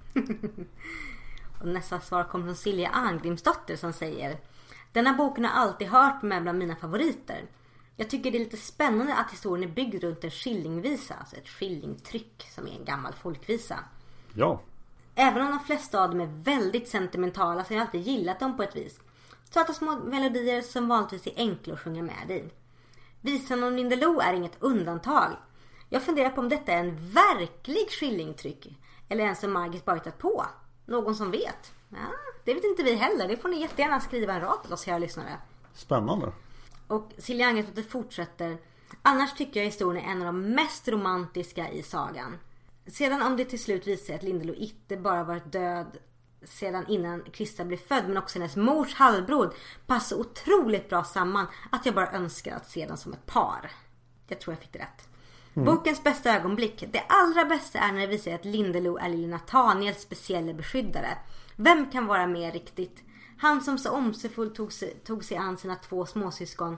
S8: Och nästa svar kommer från Silja Arngrimsdotter som säger: denna boken har alltid hört med bland mina favoriter. Jag tycker det är lite spännande att historien är byggd runt en skillingvisa, alltså ett skillingtryck som är en gammal folkvisa.
S7: Ja.
S8: Även om de flesta av dem är väldigt sentimentala så har jag alltid gillat dem på ett vis. Så att de små melodier som vanligtvis är enkla att sjunga med i. Visan om Lindelå är inget undantag. Jag funderar på om detta är en verklig skillingtryck eller en som Margit bara hittat på. Någon som vet? Ja, det vet inte vi heller. Det får ni jättegärna skriva en rat till oss, kära lyssnare.
S7: Spännande.
S8: Och Silja Angersdotter fortsätter. Annars tycker jag historien är en av de mest romantiska i sagan. Sedan om det till slut visar sig att Lindelå inte bara varit död sedan innan Krista blev född, men också hennes mors halvbror, passar otroligt bra samman att jag bara önskar att se dem som ett par. Jag tror jag fick det rätt. Bokens bästa ögonblick. Det allra bästa är när det visar sig att Lindelå är lille Nathaniels speciella beskyddare. Vem kan vara mer riktigt? Han som så omsorgsfullt tog sig an sina 2 småsyskon.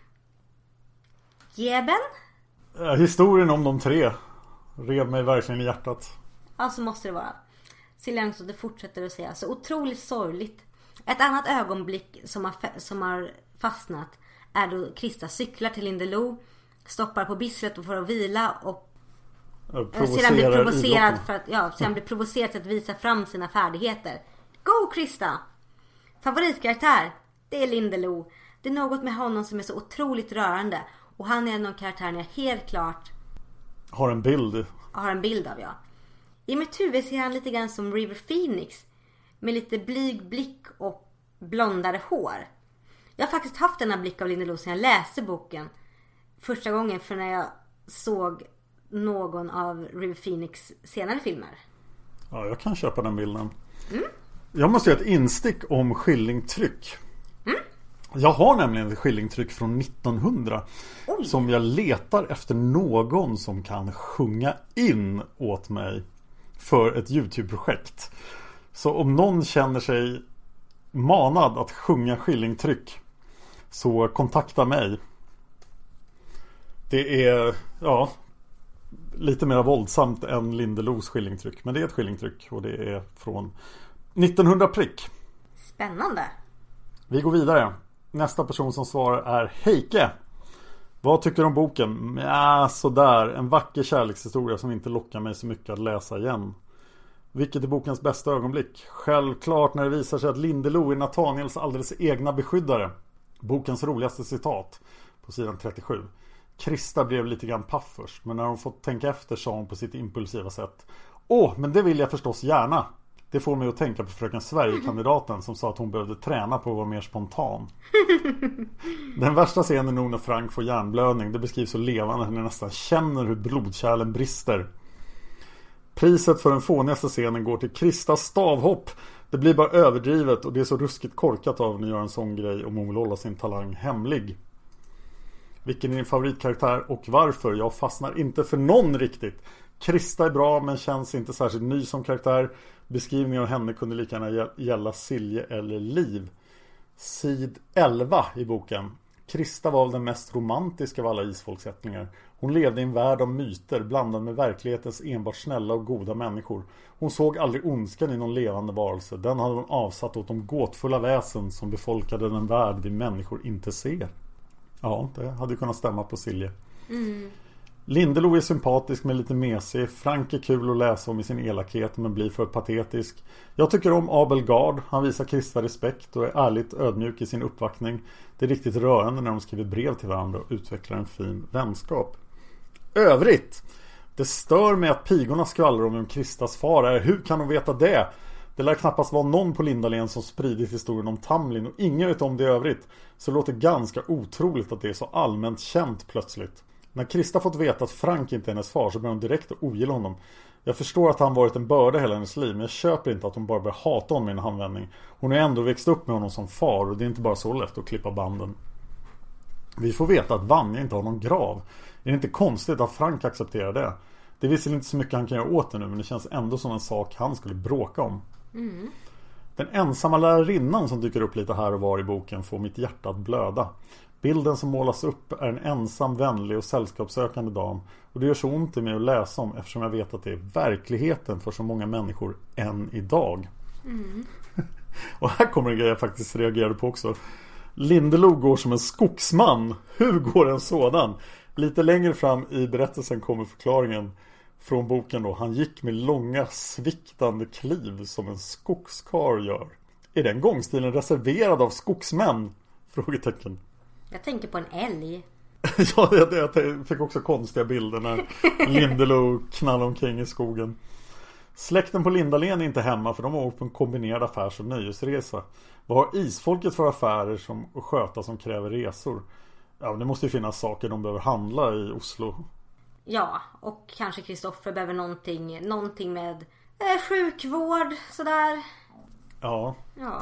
S8: Geben?
S7: Historien om de 3 rev mig verkligen i hjärtat.
S8: Ja, så måste det vara. Silja Arngrimsdotter fortsätter att säga: så otroligt sorgligt. Ett annat ögonblick som har fastnat är då Krista cyklar till Lindelå, stoppar på Bislett och får att vila och sedan blir provocerad sedan blir provocerad att visa fram sina färdigheter. Go Krista! Favoritkaraktär, det är Lindelå. Det är något med honom som är så otroligt rörande. Och han är en av karaktärerna jag helt klart
S7: har en bild av, ja. I mitt huvud ser han lite grann som River Phoenix, med lite blyg blick och blondare hår. Jag har faktiskt haft denna blick av Lindelå sedan jag läste boken första gången, för när jag såg någon av River Phoenix senare filmer. Ja, jag kan köpa den bilden. Jag måste göra ett instick om skillingtryck. Jag har nämligen ett skillingtryck från 1900 som jag letar efter någon som kan sjunga in åt mig för ett YouTube-projekt. Så om någon känner sig manad att sjunga skillingtryck, så kontakta mig. Det är lite mer våldsamt än Lindelås skillingtryck, men det är ett skillingtryck och det är från 1900 prick.
S8: Spännande.
S7: Vi går vidare. Nästa person som svarar är Heike. Vad tycker du om boken? Ja, sådär. En vacker kärlekshistoria som inte lockar mig så mycket att läsa igen. Vilket är bokens bästa ögonblick? Självklart när det visar sig att Lindeloo är Nathaniels alldeles egna beskyddare. Bokens roligaste citat på sidan 37. Krista blev lite grann paff först, men när hon fått tänka efter sa hon på sitt impulsiva sätt: men det vill jag förstås gärna. Det får mig att tänka på fröken Sverige-kandidaten som sa att hon behövde träna på att vara mer spontan. Den värsta scenen är nog när Frank får hjärnblödning. Det beskrivs så levande att ni nästan känner hur blodkärlen brister. Priset för den fånigaste scenen går till Kristas stavhopp. Det blir bara överdrivet och det är så ruskigt korkat av när ni gör en sån grej om hon vill hålla sin talang hemlig. Vilken är din favoritkaraktär och varför? Jag fastnar inte för någon riktigt. Krista är bra men känns inte särskilt ny som karaktär. Beskrivningen av henne kunde lika gärna gälla Silje eller Liv. Sid 11 i boken. Krista var väl den mest romantiska av alla isfolksättningar. Hon levde i en värld av myter blandad med verklighetens enbart snälla och goda människor. Hon såg aldrig ondskan i någon levande varelse. Den hade hon avsatt åt de gåtfulla väsen som befolkade den värld vi människor inte ser. Ja, det hade kunnat stämma på Silje. Lindeloo är sympatisk men lite mesig. Frank är kul att läsa om i sin elakhet men blir för patetisk. Jag tycker om Abel Gard. Han visar Krista respekt och är ärligt ödmjuk i sin uppvaktning. Det är riktigt rörande när de skriver brev till varandra och utvecklar en fin vänskap. Övrigt. Det stör mig att pigorna skvallrar om Kristas far är. Hur kan de veta det? Det lär knappast vara någon på Lindalen som spridit historien om Tamlin och ingen vet om det i övrigt. Så det låter ganska otroligt att det är så allmänt känt plötsligt. När Krista fått veta att Frank inte är hennes far så börjar hon direkt att ogilla honom. Jag förstår att han varit en börda hela hennes liv, men jag köper inte att hon bara börjar hata honom i en handvändning. Hon har ändå växt upp med honom som far och det är inte bara så lätt att klippa banden. Vi får veta att Vanja inte har någon grav. Är det inte konstigt att Frank accepterar det? Det är visserligen inte så mycket han kan göra åt det nu, men det känns ändå som en sak han skulle bråka om. Den ensamma lärarinnan som dyker upp lite här och var i boken får mitt hjärta att blöda. Bilden som målas upp är en ensam, vänlig och sällskapssökande dam. Och det gör så ont i mig att läsa om eftersom jag vet att det är verkligheten för så många människor än idag. Och här kommer en grej jag faktiskt reagerade på också. Lindeloo går som en skogsman. Hur går en sådan? Lite längre fram i berättelsen kommer förklaringen från boken då. Han gick med långa sviktande kliv som en skogskar gör. Är den gångstilen reserverad av skogsmän? Frågetecken.
S8: Jag tänker på en älg.
S7: Ja, jag fick också konstiga bilder när Lindeloo knallade omkring i skogen. Släkten på Lindalen är inte hemma för de har åkt på en kombinerad affärs- och nöjesresa. Vad har isfolket för affärer och sköta som kräver resor? Ja, det måste ju finnas saker de behöver handla i Oslo.
S8: Ja, och kanske Kristoffer behöver någonting med sjukvård, sådär.
S7: Ja.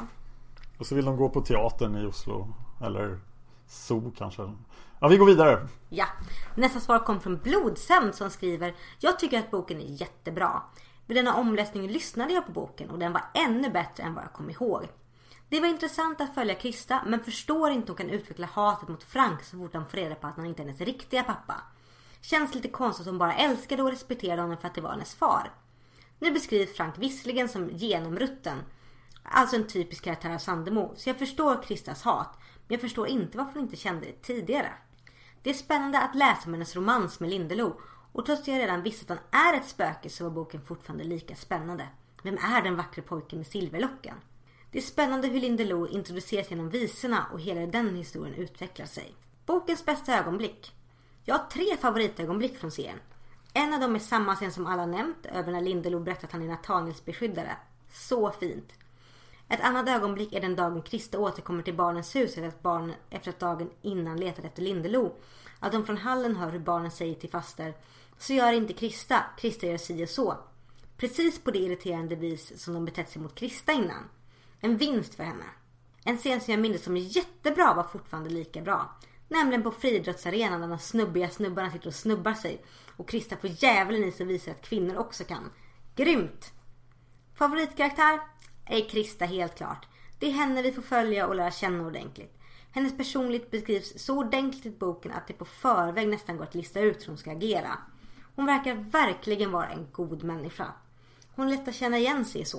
S7: Och så vill de gå på teatern i Oslo. Eller zoo kanske. Ja, vi går vidare.
S8: Ja, nästa svar kom från Blodsämd som skriver: jag tycker att boken är jättebra. Vid denna omläsning lyssnade jag på boken och den var ännu bättre än vad jag kom ihåg. Det var intressant att följa Krista, men förstår inte hon kan utveckla hatet mot Frank så fort han får reda på att han inte är hennes riktiga pappa. Känns lite konstigt att hon bara älskade och respekterade honom för att det var hennes far. Nu beskrivs Frank visserligen som genomrutten, alltså en typisk karaktär av Sandemo, så jag förstår Kristas hat, men jag förstår inte varför hon inte kände det tidigare. Det är spännande att läsa om hennes romans med Lindeloo, och trots att jag redan visste att han är ett spöke så var boken fortfarande lika spännande. Vem är den vackra pojken med silverlocken? Det är spännande hur Lindeloo introduceras genom visorna och hela den historien utvecklar sig. Bokens bästa ögonblick. Jag har 3 favoritögonblick från serien. En av dem är samma scen som alla nämnt, över när Lindeloo berättar att han är Nathaniels beskyddare. Så fint. Ett annat ögonblick är den dagen Krista återkommer till barnens hus efter att dagen innan letat efter Lindeloo. Att de från hallen hör hur barnen säger till faster: så gör inte Krista, Krista gör si och så. Precis på det irriterande vis som de betett sig mot Krista innan. En vinst för henne. En scen som jag minns som jättebra var fortfarande lika bra. Nämligen på friidrottsarenan när de snubbiga snubbarna sitter och snubbar sig. Och Krista får djävulen i sig visar att kvinnor också kan. Grymt! Favoritkaraktär är Krista helt klart. Det är henne vi får följa och lära känna ordentligt. Hennes personlighet beskrivs så ordentligt i boken att det på förväg nästan går att lista ut hur hon ska agera. Hon verkar verkligen vara en god människa. Hon är lätt att känna igen sig så.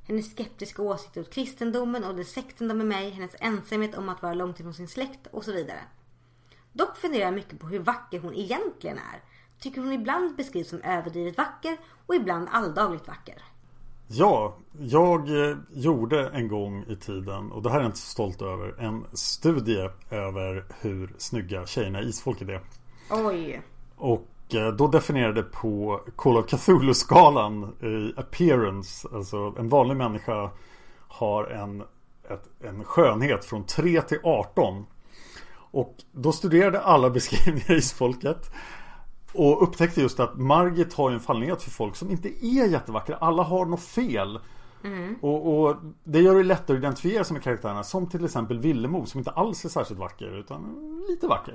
S8: Hennes skeptiska åsikter åt kristendomen och det sekten med mig, hennes ensamhet om att vara långt ifrån sin släkt och så vidare. Dock funderar jag mycket på hur vacker hon egentligen är. Tycker hon ibland beskrivs som överdrivet vacker och ibland alldagligt vacker.
S7: Ja, jag gjorde en gång i tiden, och det här är jag inte så stolt över, en studie över hur snygga tjejerna i Isfolket är.
S8: Oj.
S7: Och då definierade på Call of Cthulhu-skalan i appearance, alltså en vanlig människa har en skönhet från 3 till 18. Och då studerade alla beskrivningar i Isfolket och upptäckte just att Margit har en fallenhet för folk som inte är jättevackra. Alla har något fel. Och det gör det lättare att identifiera sig med karaktärerna, som till exempel Villemo, som inte alls är särskilt vacker utan lite vacker.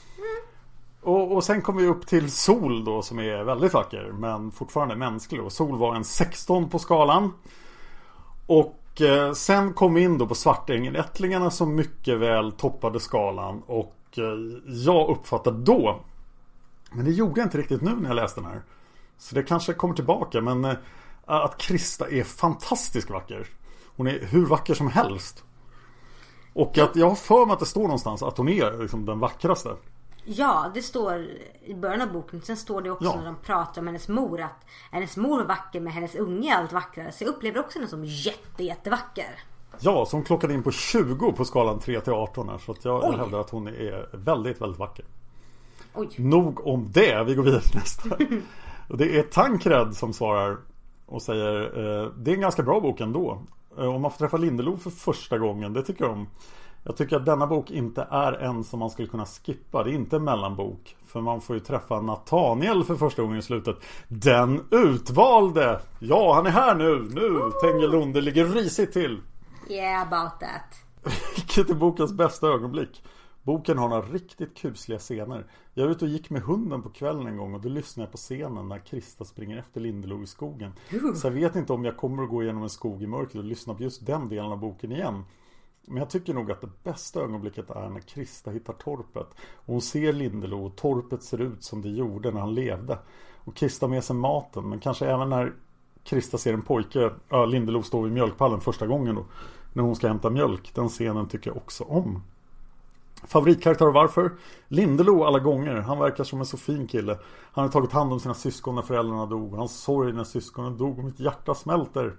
S7: Och sen kommer vi upp till Sol då, som är väldigt vacker men fortfarande mänsklig. Och Sol var en 16 på skalan. Och sen kom vi in då på Svartängelättlingarna som mycket väl toppade skalan. Och jag uppfattade då, men det gjorde jag inte riktigt nu när jag läste den här, så det kanske kommer tillbaka, men att Krista är fantastiskt vacker. Hon är hur vacker som helst. Och att jag har för mig att det står någonstans att hon är liksom den vackraste.
S8: Ja, det står i början av boken. Sen står det också när de pratar om hennes mor, att hennes mor var vacker men hennes unge är allt vackrare. Så jag upplever också henne som jättevacker.
S7: Ja, så hon klockade in på 20 på skalan 3 till 18 här, så att jag hävdar att hon är väldigt, väldigt vacker.
S8: Oj.
S7: Nog om det, vi går vidare till nästa. Och det är Tankred som svarar och säger det är en ganska bra bok ändå. Om man får träffa Lindelöw för första gången, det tycker jag om. Jag tycker att denna bok inte är en som man skulle kunna skippa. Det är inte en mellanbok, för man får ju träffa Nathaniel för första gången i slutet. Den utvalde! Ja, han är här nu Tengelunde ligger risigt till.
S8: Yeah, about that.
S7: Vilket är bokens bästa ögonblick. Boken har några riktigt kusliga scener. Jag var ute och gick med hunden på kvällen en gång, och då lyssnade jag på scenen när Krista springer efter Lindelöw i skogen. Så jag vet inte om jag kommer att gå igenom en skog i mörkret och lyssna på just den delen av boken igen. Men jag tycker nog att det bästa ögonblicket är när Krista hittar torpet. Och hon ser Lindelöw och torpet ser ut som det gjorde när han levde. Och Krista med sig maten, men kanske även när Krista ser en pojke, Lindelöw står vid mjölkpallen första gången då, när hon ska hämta mjölk. Den scenen tycker jag också om. Favoritkaraktär och varför? Lindelöw alla gånger. Han verkar som en så fin kille. Han har tagit hand om sina syskon när föräldrarna dog. Hans sorg när syskonen dog och mitt hjärta smälter.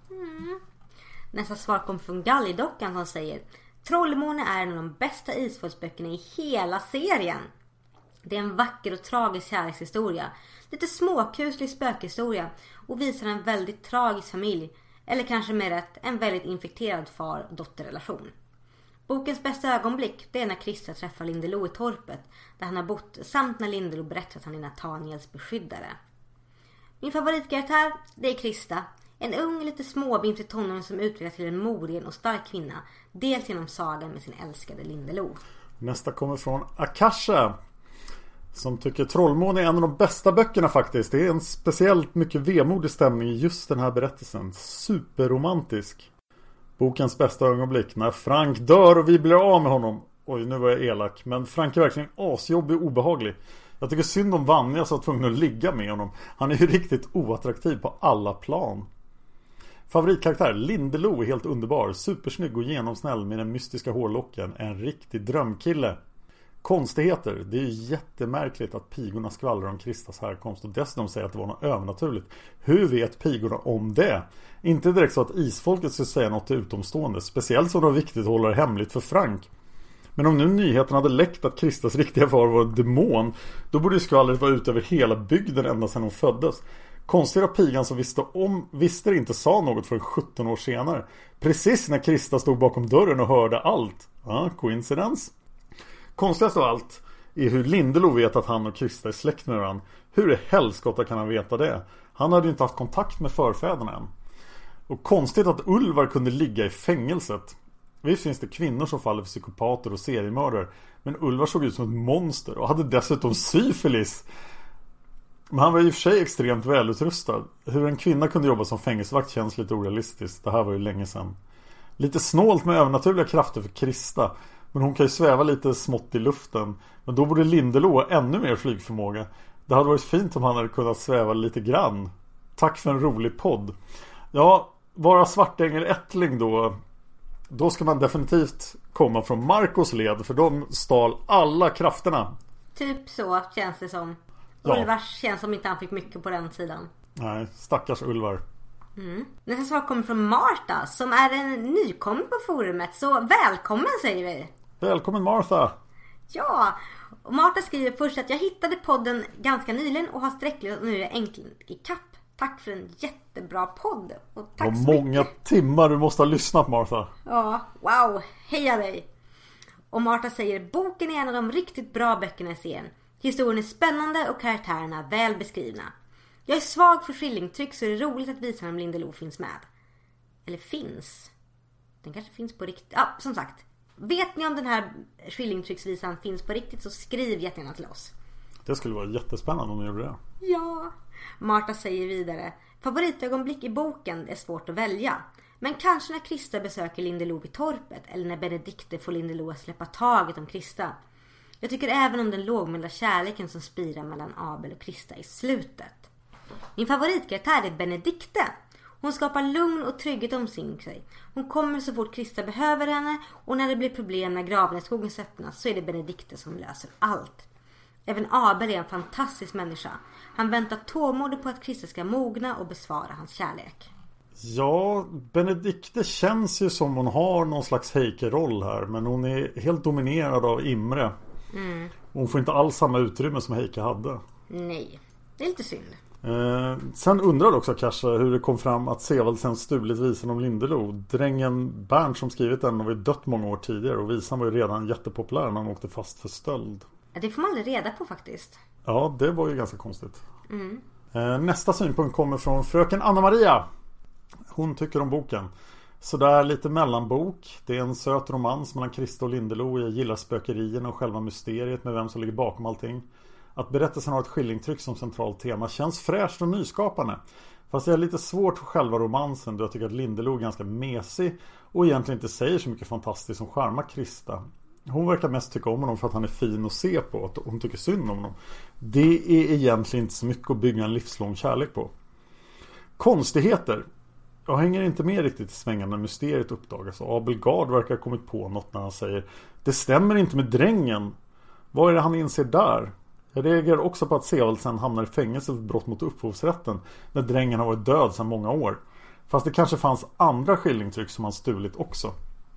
S8: Nästa svar kom från Gallidockan som säger: Trollmåne är en av de bästa Isfolksböckerna i hela serien. Det är en vacker och tragisk kärlekshistoria. Lite småkuslig spökhistoria och visar en väldigt tragisk familj. Eller kanske med rätt, en väldigt infekterad far-dotterrelation. Bokens bästa ögonblick, det är när Krista träffar Lindelöw i torpet där han har bott, samt när Lindelöw berättar att han är Nathaniels beskyddare. Min favoritkaraktär, det är Krista. En ung, lite småbimsig tonåring som utvecklas till en modig och stark kvinna. Dels genom sagan med sin älskade Lindelöw.
S7: Nästa kommer från Akasha, som tycker Trollmåne är en av de bästa böckerna faktiskt. Det är en speciellt mycket vemodig stämning i just den här berättelsen. Superromantisk. Bokens bästa ögonblick när Frank dör och vi blir av med honom. Oj, nu var jag elak. Men Frank är verkligen asjobbig och obehaglig. Jag tycker synd om Vanja så var tvungen att ligga med honom. Han är ju riktigt oattraktiv på alla plan. Favoritkaraktär, Lindelöw är helt underbar. Supersnygg och genomsnäll med den mystiska hårlocken. En riktig drömkille. Konstigheter, det är ju jättemärkligt att pigorna skvallrar om Kristas härkomst och dessutom säger att det var något övernaturligt. Hur vet pigorna om det? Inte direkt så att isfolket skulle säga något till utomstående, speciellt som det var viktigt att hålla det hemligt för Frank. Men om nu nyheten hade läckt att Kristas riktiga far var en demon, då borde ju skvallret vara ut över hela bygden ända sedan hon föddes. Konstigt att pigan som visste inte sa något förrän 17 år senare. Precis när Krista stod bakom dörren och hörde allt. Ja, coincidence. Konstigast av allt är hur Lindelöw vet att han och Krista är släkt med varandra. Hur är helskotta kan han veta det? Han hade ju inte haft kontakt med förfäderna än. Och konstigt att Ulvar kunde ligga i fängelset. Visst finns det kvinnor som faller för psykopater och seriemördare, men Ulvar såg ut som ett monster och hade dessutom syfilis. Men han var i och för sig extremt välutrustad. Hur en kvinna kunde jobba som fängelsevakt känns lite orealistiskt. Det här var ju länge sedan. Lite snålt med övernaturliga krafter för Krista, men hon kan ju sväva lite smått i luften. Men då borde Lindelöw ha ännu mer flygförmåga. Det hade varit fint om han hade kunnat sväva lite grann. Tack för en rolig podd. Ja, vara svartängel-ättling då ska man definitivt komma från Marcos led, för de stal alla krafterna.
S8: Typ så känns det som.
S7: Ja.
S8: Ulvars känns som inte han fick mycket på den sidan.
S7: Nej, stackars Ulvar.
S8: Nästa svar kommer från Martha, som är en nykomling på forumet. Så välkommen, säger vi.
S7: Välkommen Martha.
S8: Ja, och Martha skriver först att jag hittade podden ganska nyligen och har sträckligt och nu är jag äntligen i kapp. Tack för en jättebra podd. Och tack så
S7: många
S8: mycket.
S7: timmar du måste ha lyssnat, Martha.
S8: Ja, wow, heja dig. Och Martha säger, boken är en av de riktigt bra böckerna i serien. Historien är spännande och karaktärerna väl beskrivna. Jag är svag för skillingtryck, så är det roligt att visa om Lindeloo finns med. Eller finns. Den kanske finns på riktigt. Ja, som sagt. Vet ni om den här skillingtrycksvisan finns på riktigt, så skriv jättegärna till oss.
S7: Det skulle vara jättespännande om ni gjorde det.
S8: Ja. Martha säger vidare, favoritögonblick i boken är svårt att välja. Men kanske när Krista besöker Lindeloo vid torpet, eller när Benedikte får Lindeloo att släppa taget om Krista. Jag tycker även om den lågmälda kärleken som spirar mellan Abel och Krista i slutet. Min favoritkaraktär är Benedikte. Hon skapar lugn och trygghet omkring sig. Hon kommer så fort Krista behöver henne, och när det blir problem när graven i skogen öppnas så är det Benedikte som löser allt. Även Abel är en fantastisk människa. Han väntar tålmodigt på att Krista ska mogna och besvara hans kärlek.
S7: Ja, Benedikte känns ju som hon har någon slags Heike-roll här, men hon är helt dominerad av Imre. Hon får inte alls samma utrymme som Heike hade.
S8: Nej, det är lite synd.
S7: Sen undrar också kanske hur det kom fram att Sevald sen stulit visan om Lindeloo. Drängen Bernt som skrivit den var ju dött många år tidigare, och visan var ju redan jättepopulär när han åkte fast för stöld.
S8: Det får man aldrig reda på faktiskt.
S7: Ja, det var ju ganska konstigt. Nästa synpunkt kommer från fröken Anna-Maria. Hon tycker om boken. Så där lite mellanbok. Det är en söt romans mellan Krista och Lindeloo. Jag gillar spökerierna och själva mysteriet med vem som ligger bakom allting. Att berättelsen har ett skillingtryck som centralt tema känns fräscht och nyskapande. Fast det är lite svårt för själva romansen, då jag tycker att Lindeloo är ganska mesig och egentligen inte säger så mycket fantastiskt som charmar Krista. Hon verkar mest tycka om honom för att han är fin att se på, att hon tycker synd om honom. Det är egentligen inte så mycket att bygga en livslång kärlek på. Konstigheter. Jag hänger inte med riktigt i svängen när mysteriet uppdagas, och Abel Gard verkar ha kommit på något när han säger: det stämmer inte med drängen. Vad är det han inser där? Jag reagerar också på att Sevald sen hamnar i fängelse för brott mot upphovsrätten när drängen har varit död sedan många år. Fast det kanske fanns andra skillingtryck som han stulit också.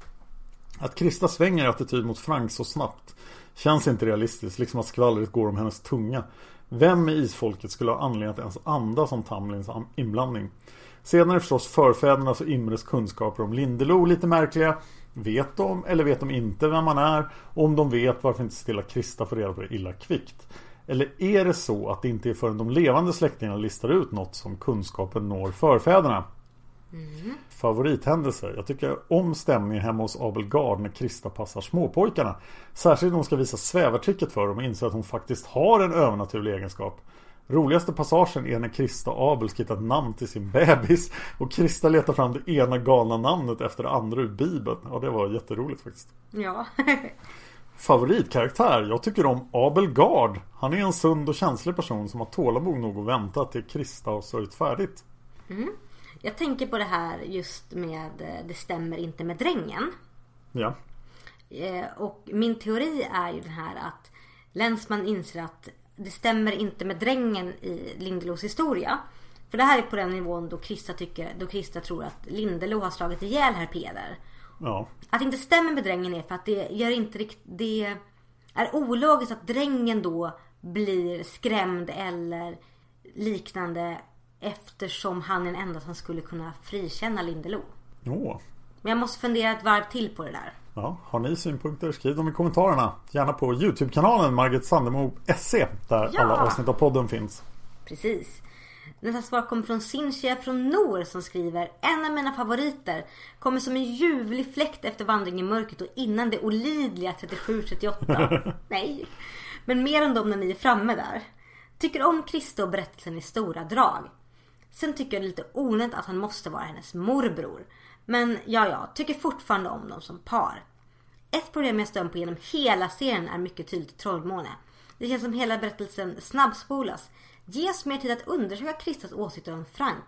S7: Att Krista svänger attityd mot Frank så snabbt känns inte realistiskt, liksom att skvallret går om hennes tunga. Vem i isfolket skulle ha anledning att ens andas om Tamlins inblandning? Sedan är förstås förfädernas och Imres kunskaper om Lindeloo lite märkliga. Vet de eller vet de inte vem man är? Och om de vet, varför inte stilla Krista får reda på det illa kvickt? Eller är det så att det inte är förrän de levande släktingarna listar ut något som kunskapen når förfäderna? Favorithändelser. Jag tycker om stämningen hemma hos Abel Gard när Krista passar småpojkarna. Särskilt när hon ska visa svävartricket för dem och inser att hon faktiskt har en övernaturlig egenskap. Roligaste passagen är när Krista och Abel ska hitta ett namn till sin bebis, och Krista letar fram det ena galna namnet efter det andra ur Bibeln. Ja, det var jätteroligt faktiskt.
S8: Ja.
S7: Favoritkaraktär. Jag tycker om Abel Gard. Han är en sund och känslig person som har tålamod nog att vänta till Krista har sörjt färdigt.
S8: Jag tänker på det här just med det stämmer inte med drängen.
S7: Ja.
S8: Och min teori är ju den här att Länsman inser att det stämmer inte med drängen i Lindeloos historia. För det här är på den nivån då Krista tror att Lindeloo har slagit ihjäl herr Peder.
S7: Ja.
S8: Att det inte stämmer med drängen är för att det är ologiskt att drängen då blir skrämd eller liknande, eftersom han är den enda som skulle kunna frikänna Lindeloo. Men jag måste fundera ett varv till på det där.
S7: Ja, har ni synpunkter, skriv dem i kommentarerna. Gärna på YouTube-kanalen Margit Sandemo SE, där alla avsnitt av podden finns.
S8: Precis. Nästa svar kommer från Sinchia från Nor som skriver: en av mina favoriter kommer som en ljuvlig fläkt efter vandring i mörkret och innan det olidliga 37-38. Nej, men mer än dem när ni är framme där. Tycker om Krista och berättelsen i stora drag. Sen tycker jag det är lite onödigt att han måste vara hennes morbror. Men tycker fortfarande om dem som par. Ett problem jag stöm på genom hela serien är mycket tydligt Trollmåne. Det känns som hela berättelsen snabbspolas. Ges mer tid att undersöka Kristas åsikter om Frank.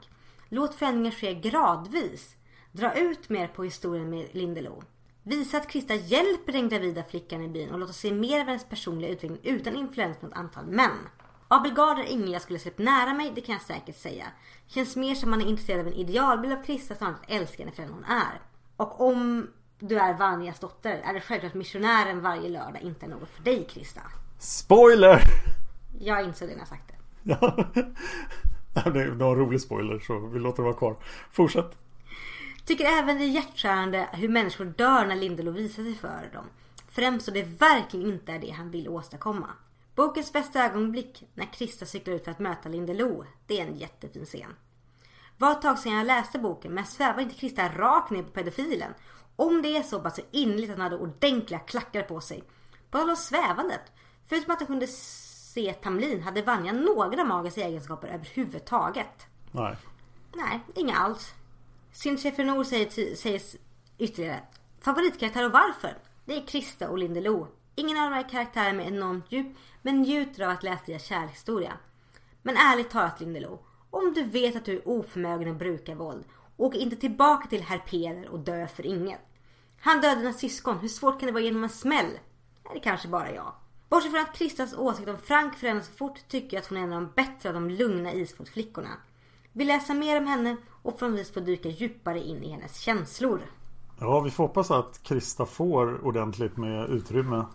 S8: Låt förändringen ske gradvis. Dra ut mer på historien med Lindeloo. Visa att Krista hjälper den gravida flickan i byn och låta se mer av hennes personliga utveckling utan influens från ett antal män. Abel Gard är ingen jag skulle släppt nära mig, det kan jag säkert säga. Känns mer som man är intresserad av en idealbild av Krista som att älska henne för den hon är. Och om du är Vanjas dotter är det självklart missionären varje lördag inte något för dig, Krista.
S7: Spoiler!
S8: Jag insåg det när jag sagt det.
S7: Ja, det var en rolig spoiler så vi låter det vara kvar. Fortsätt.
S8: Tycker även det är hjärtskärande hur människor dör när Lindeloo visar sig för dem. Främst så det verkligen inte är det han vill åstadkomma. Bokens bästa ögonblick när Krista cyklar ut för att möta Lindeloo, det är en jättefin scen. Var ett tag sedan jag läste boken, men svävar inte Krista rakt ner på pedofilen. Om det är så bara så innerligt att han hade ordentliga klackar på sig. På tal om svävandet, förutom att han kunde se Tamlin hade Vanja några magiska egenskaper överhuvudtaget. Nej, inga alls. Sinchefenor säger ytterligare. Favoritkaraktär och varför? Det är Krista och Lindeloo. Ingen av de här karaktärerna med enormt djup, men njuter av att läsa deras kärlekshistoria. Men ärligt talat, Lindeloo, om du vet att du är oförmögen att bruka våld, åk inte tillbaka till Herr Peder och dö för inget. Han dödade dina syskon, hur svårt kan det vara genom en smäll? Är det kanske bara jag. Bortsett från att Kristas åsikt om Frank förändras så fort tycker jag att hon är en av de bättre av de lugna isfotsflickorna. Vi läser mer om henne och förhoppningsvis får dyka djupare in i hennes känslor.
S7: Ja, vi får hoppas att Krista får ordentligt med utrymme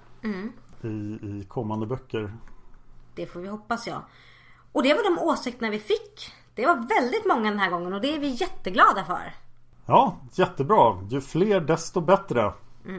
S7: i kommande böcker.
S8: Det får vi hoppas, ja. Och det var de åsikterna vi fick. Det var väldigt många den här gången och det är vi jätteglada för.
S7: Ja, jättebra. Ju fler desto bättre.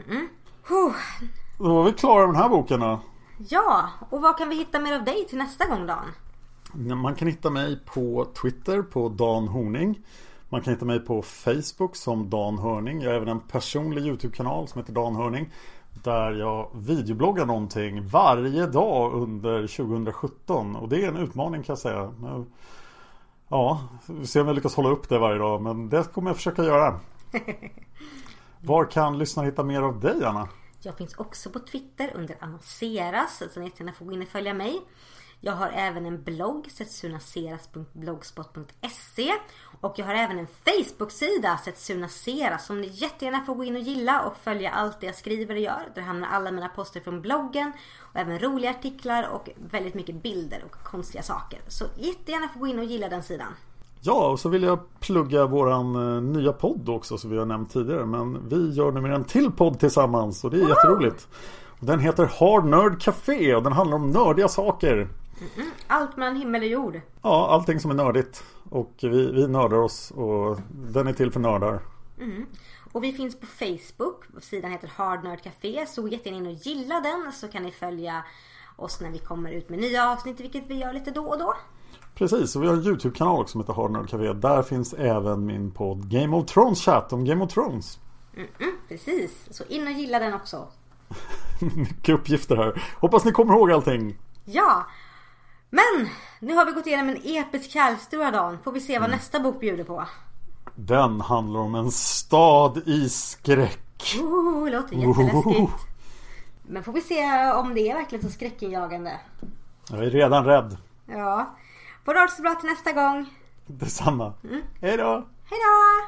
S7: Då var vi klara med den här boken då.
S8: Ja, och vad kan vi hitta mer av dig till nästa gång, Dan?
S7: Man kan hitta mig på Twitter på Dan Horning. Man kan hitta mig på Facebook som Dan Hörning. Jag har även en personlig YouTube-kanal som heter Dan Hörning, där jag videobloggar någonting varje dag under 2017. Och det är en utmaning kan jag säga. Ja, vi ser om jag lyckas hålla upp det varje dag, men det kommer jag försöka göra. Var kan lyssnarna hitta mer av dig, Anna?
S8: Jag finns också på Twitter under Annonseras, så ni gärna får gå in och följa mig. Jag har även en blogg, setsunaseras.blogspot.se, och jag har även en Facebook-sida, Setsunaseras, som ni jättegärna får gå in och gilla och följa allt det jag skriver och gör. Där hamnar alla mina poster från bloggen och även roliga artiklar och väldigt mycket bilder och konstiga saker. Så jättegärna får gå in och gilla den sidan.
S7: Ja, och så vill jag plugga våran nya podd också som vi har nämnt tidigare. Men vi gör numera en till podd tillsammans och det är jätteroligt. Och den heter Hard Nerd Café och den handlar om nördiga saker.
S8: Allt mellan himmel och jord.
S7: Ja, allting som är nördigt. Och vi nördar oss och den är till för nördar.
S8: Och vi finns på Facebook. Sidan heter Hard Nerd Café. Så jättegärna in och gilla den, så kan ni följa oss när vi kommer ut med nya avsnitt, vilket vi gör lite då och då.
S7: Precis, och vi har en YouTube-kanal också som heter Hard Nerd Café. Där finns även min podd Game of Thrones chat om Game of Thrones.
S8: Precis, så in och gilla den också.
S7: Mycket uppgifter här. Hoppas ni kommer ihåg allting.
S8: Ja, men nu har vi gått igenom en episk kärlekshistoria, Dan. Får vi se vad nästa bok bjuder på.
S7: Den handlar om en stad i skräck.
S8: Låter jätteläskigt. Men får vi se om det är verkligen så skräckinjagande.
S7: Jag är redan rädd.
S8: Ja. Får du ha det så bra till nästa gång.
S7: Detsamma. Hej då.
S8: Hej då.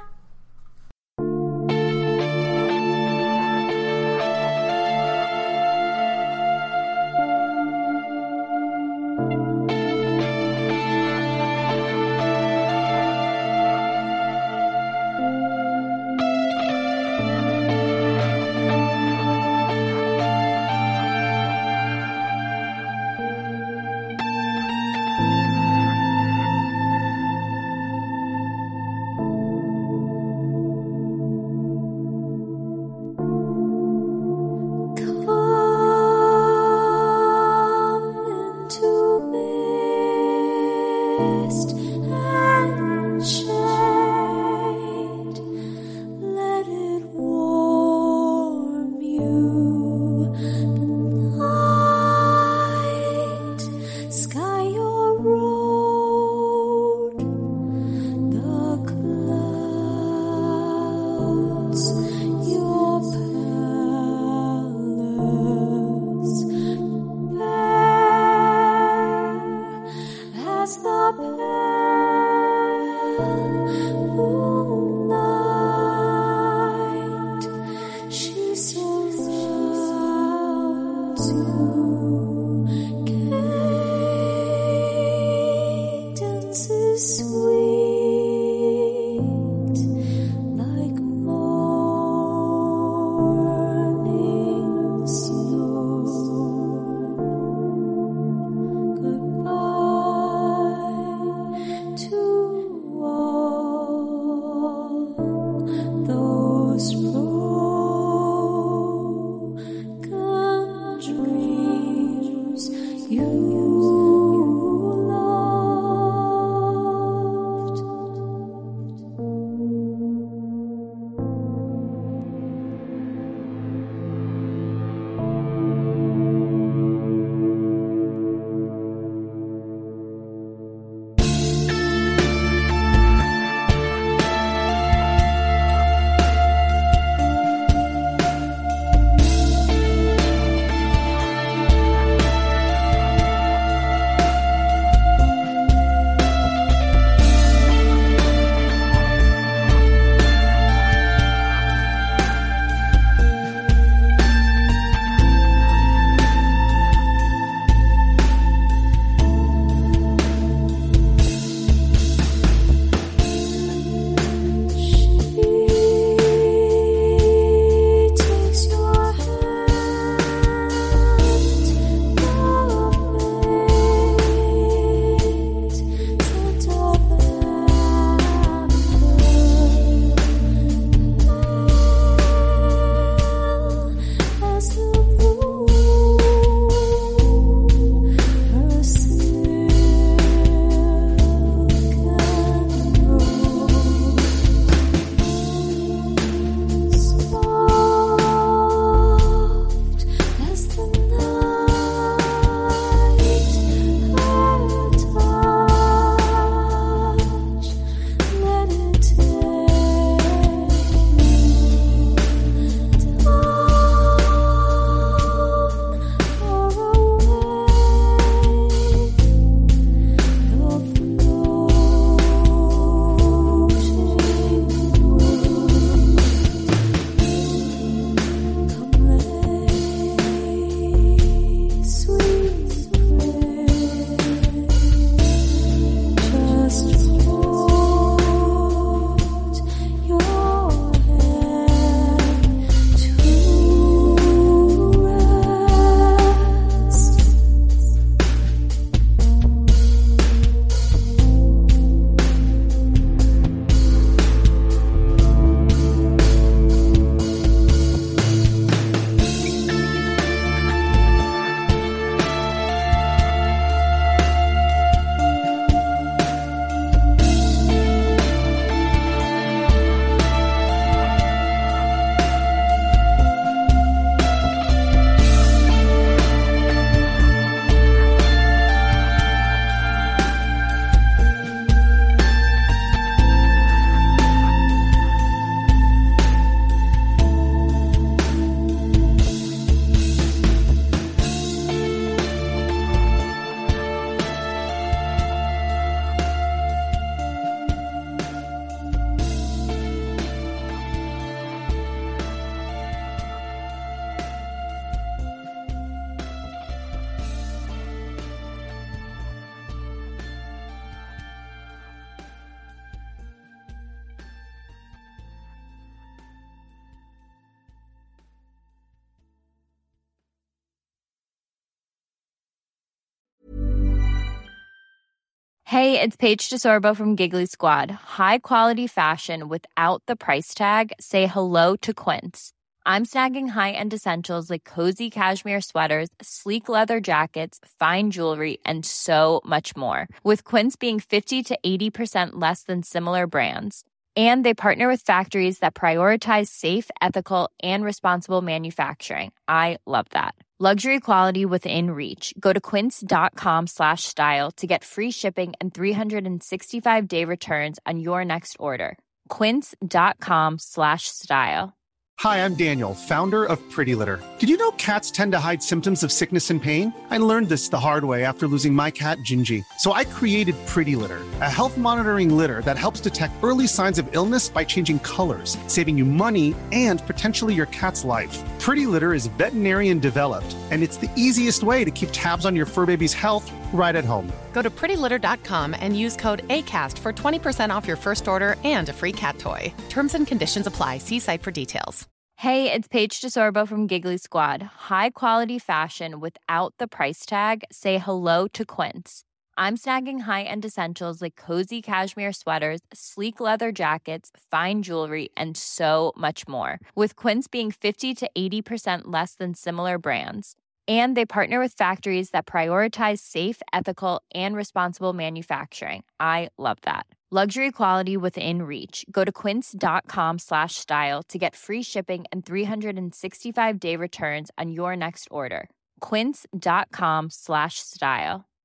S10: Hey, it's Paige DeSorbo from Giggly Squad. High quality fashion without the price tag. Say hello to Quince. I'm snagging high-end essentials like cozy cashmere sweaters, sleek leather jackets, fine jewelry, and so much more. With Quince being 50 to 80% less than similar brands. And they partner with factories that prioritize safe, ethical, and responsible manufacturing. I love that. Luxury quality within reach. Go to quince.com/style to get free shipping and 365-day returns on your next order. Quince.com/style.
S5: Hi, I'm Daniel, founder of Pretty Litter. Did you know cats tend to hide symptoms of sickness and pain? I learned this the hard way after losing my cat, Gingy. So I created Pretty Litter, a health monitoring litter that helps detect early signs of illness by changing colors, saving you money and potentially your cat's life. Pretty Litter is veterinarian developed, and it's the easiest way to keep tabs on your fur baby's health right at home.
S6: Go to prettylitter.com and use code ACAST for 20% off your first order and a free cat toy. Terms and conditions apply. See site for details.
S10: Hey, it's Paige DeSorbo from Giggly Squad. High quality fashion without the price tag. Say hello to Quince. I'm snagging high-end essentials like cozy cashmere sweaters, sleek leather jackets, fine jewelry, and so much more. With Quince being 50 to 80% less than similar brands. And they partner with factories that prioritize safe, ethical, and responsible manufacturing. I love that. Luxury quality within reach. Go to quince.com/style to get free shipping and 365-day returns on your next order. Quince.com/style.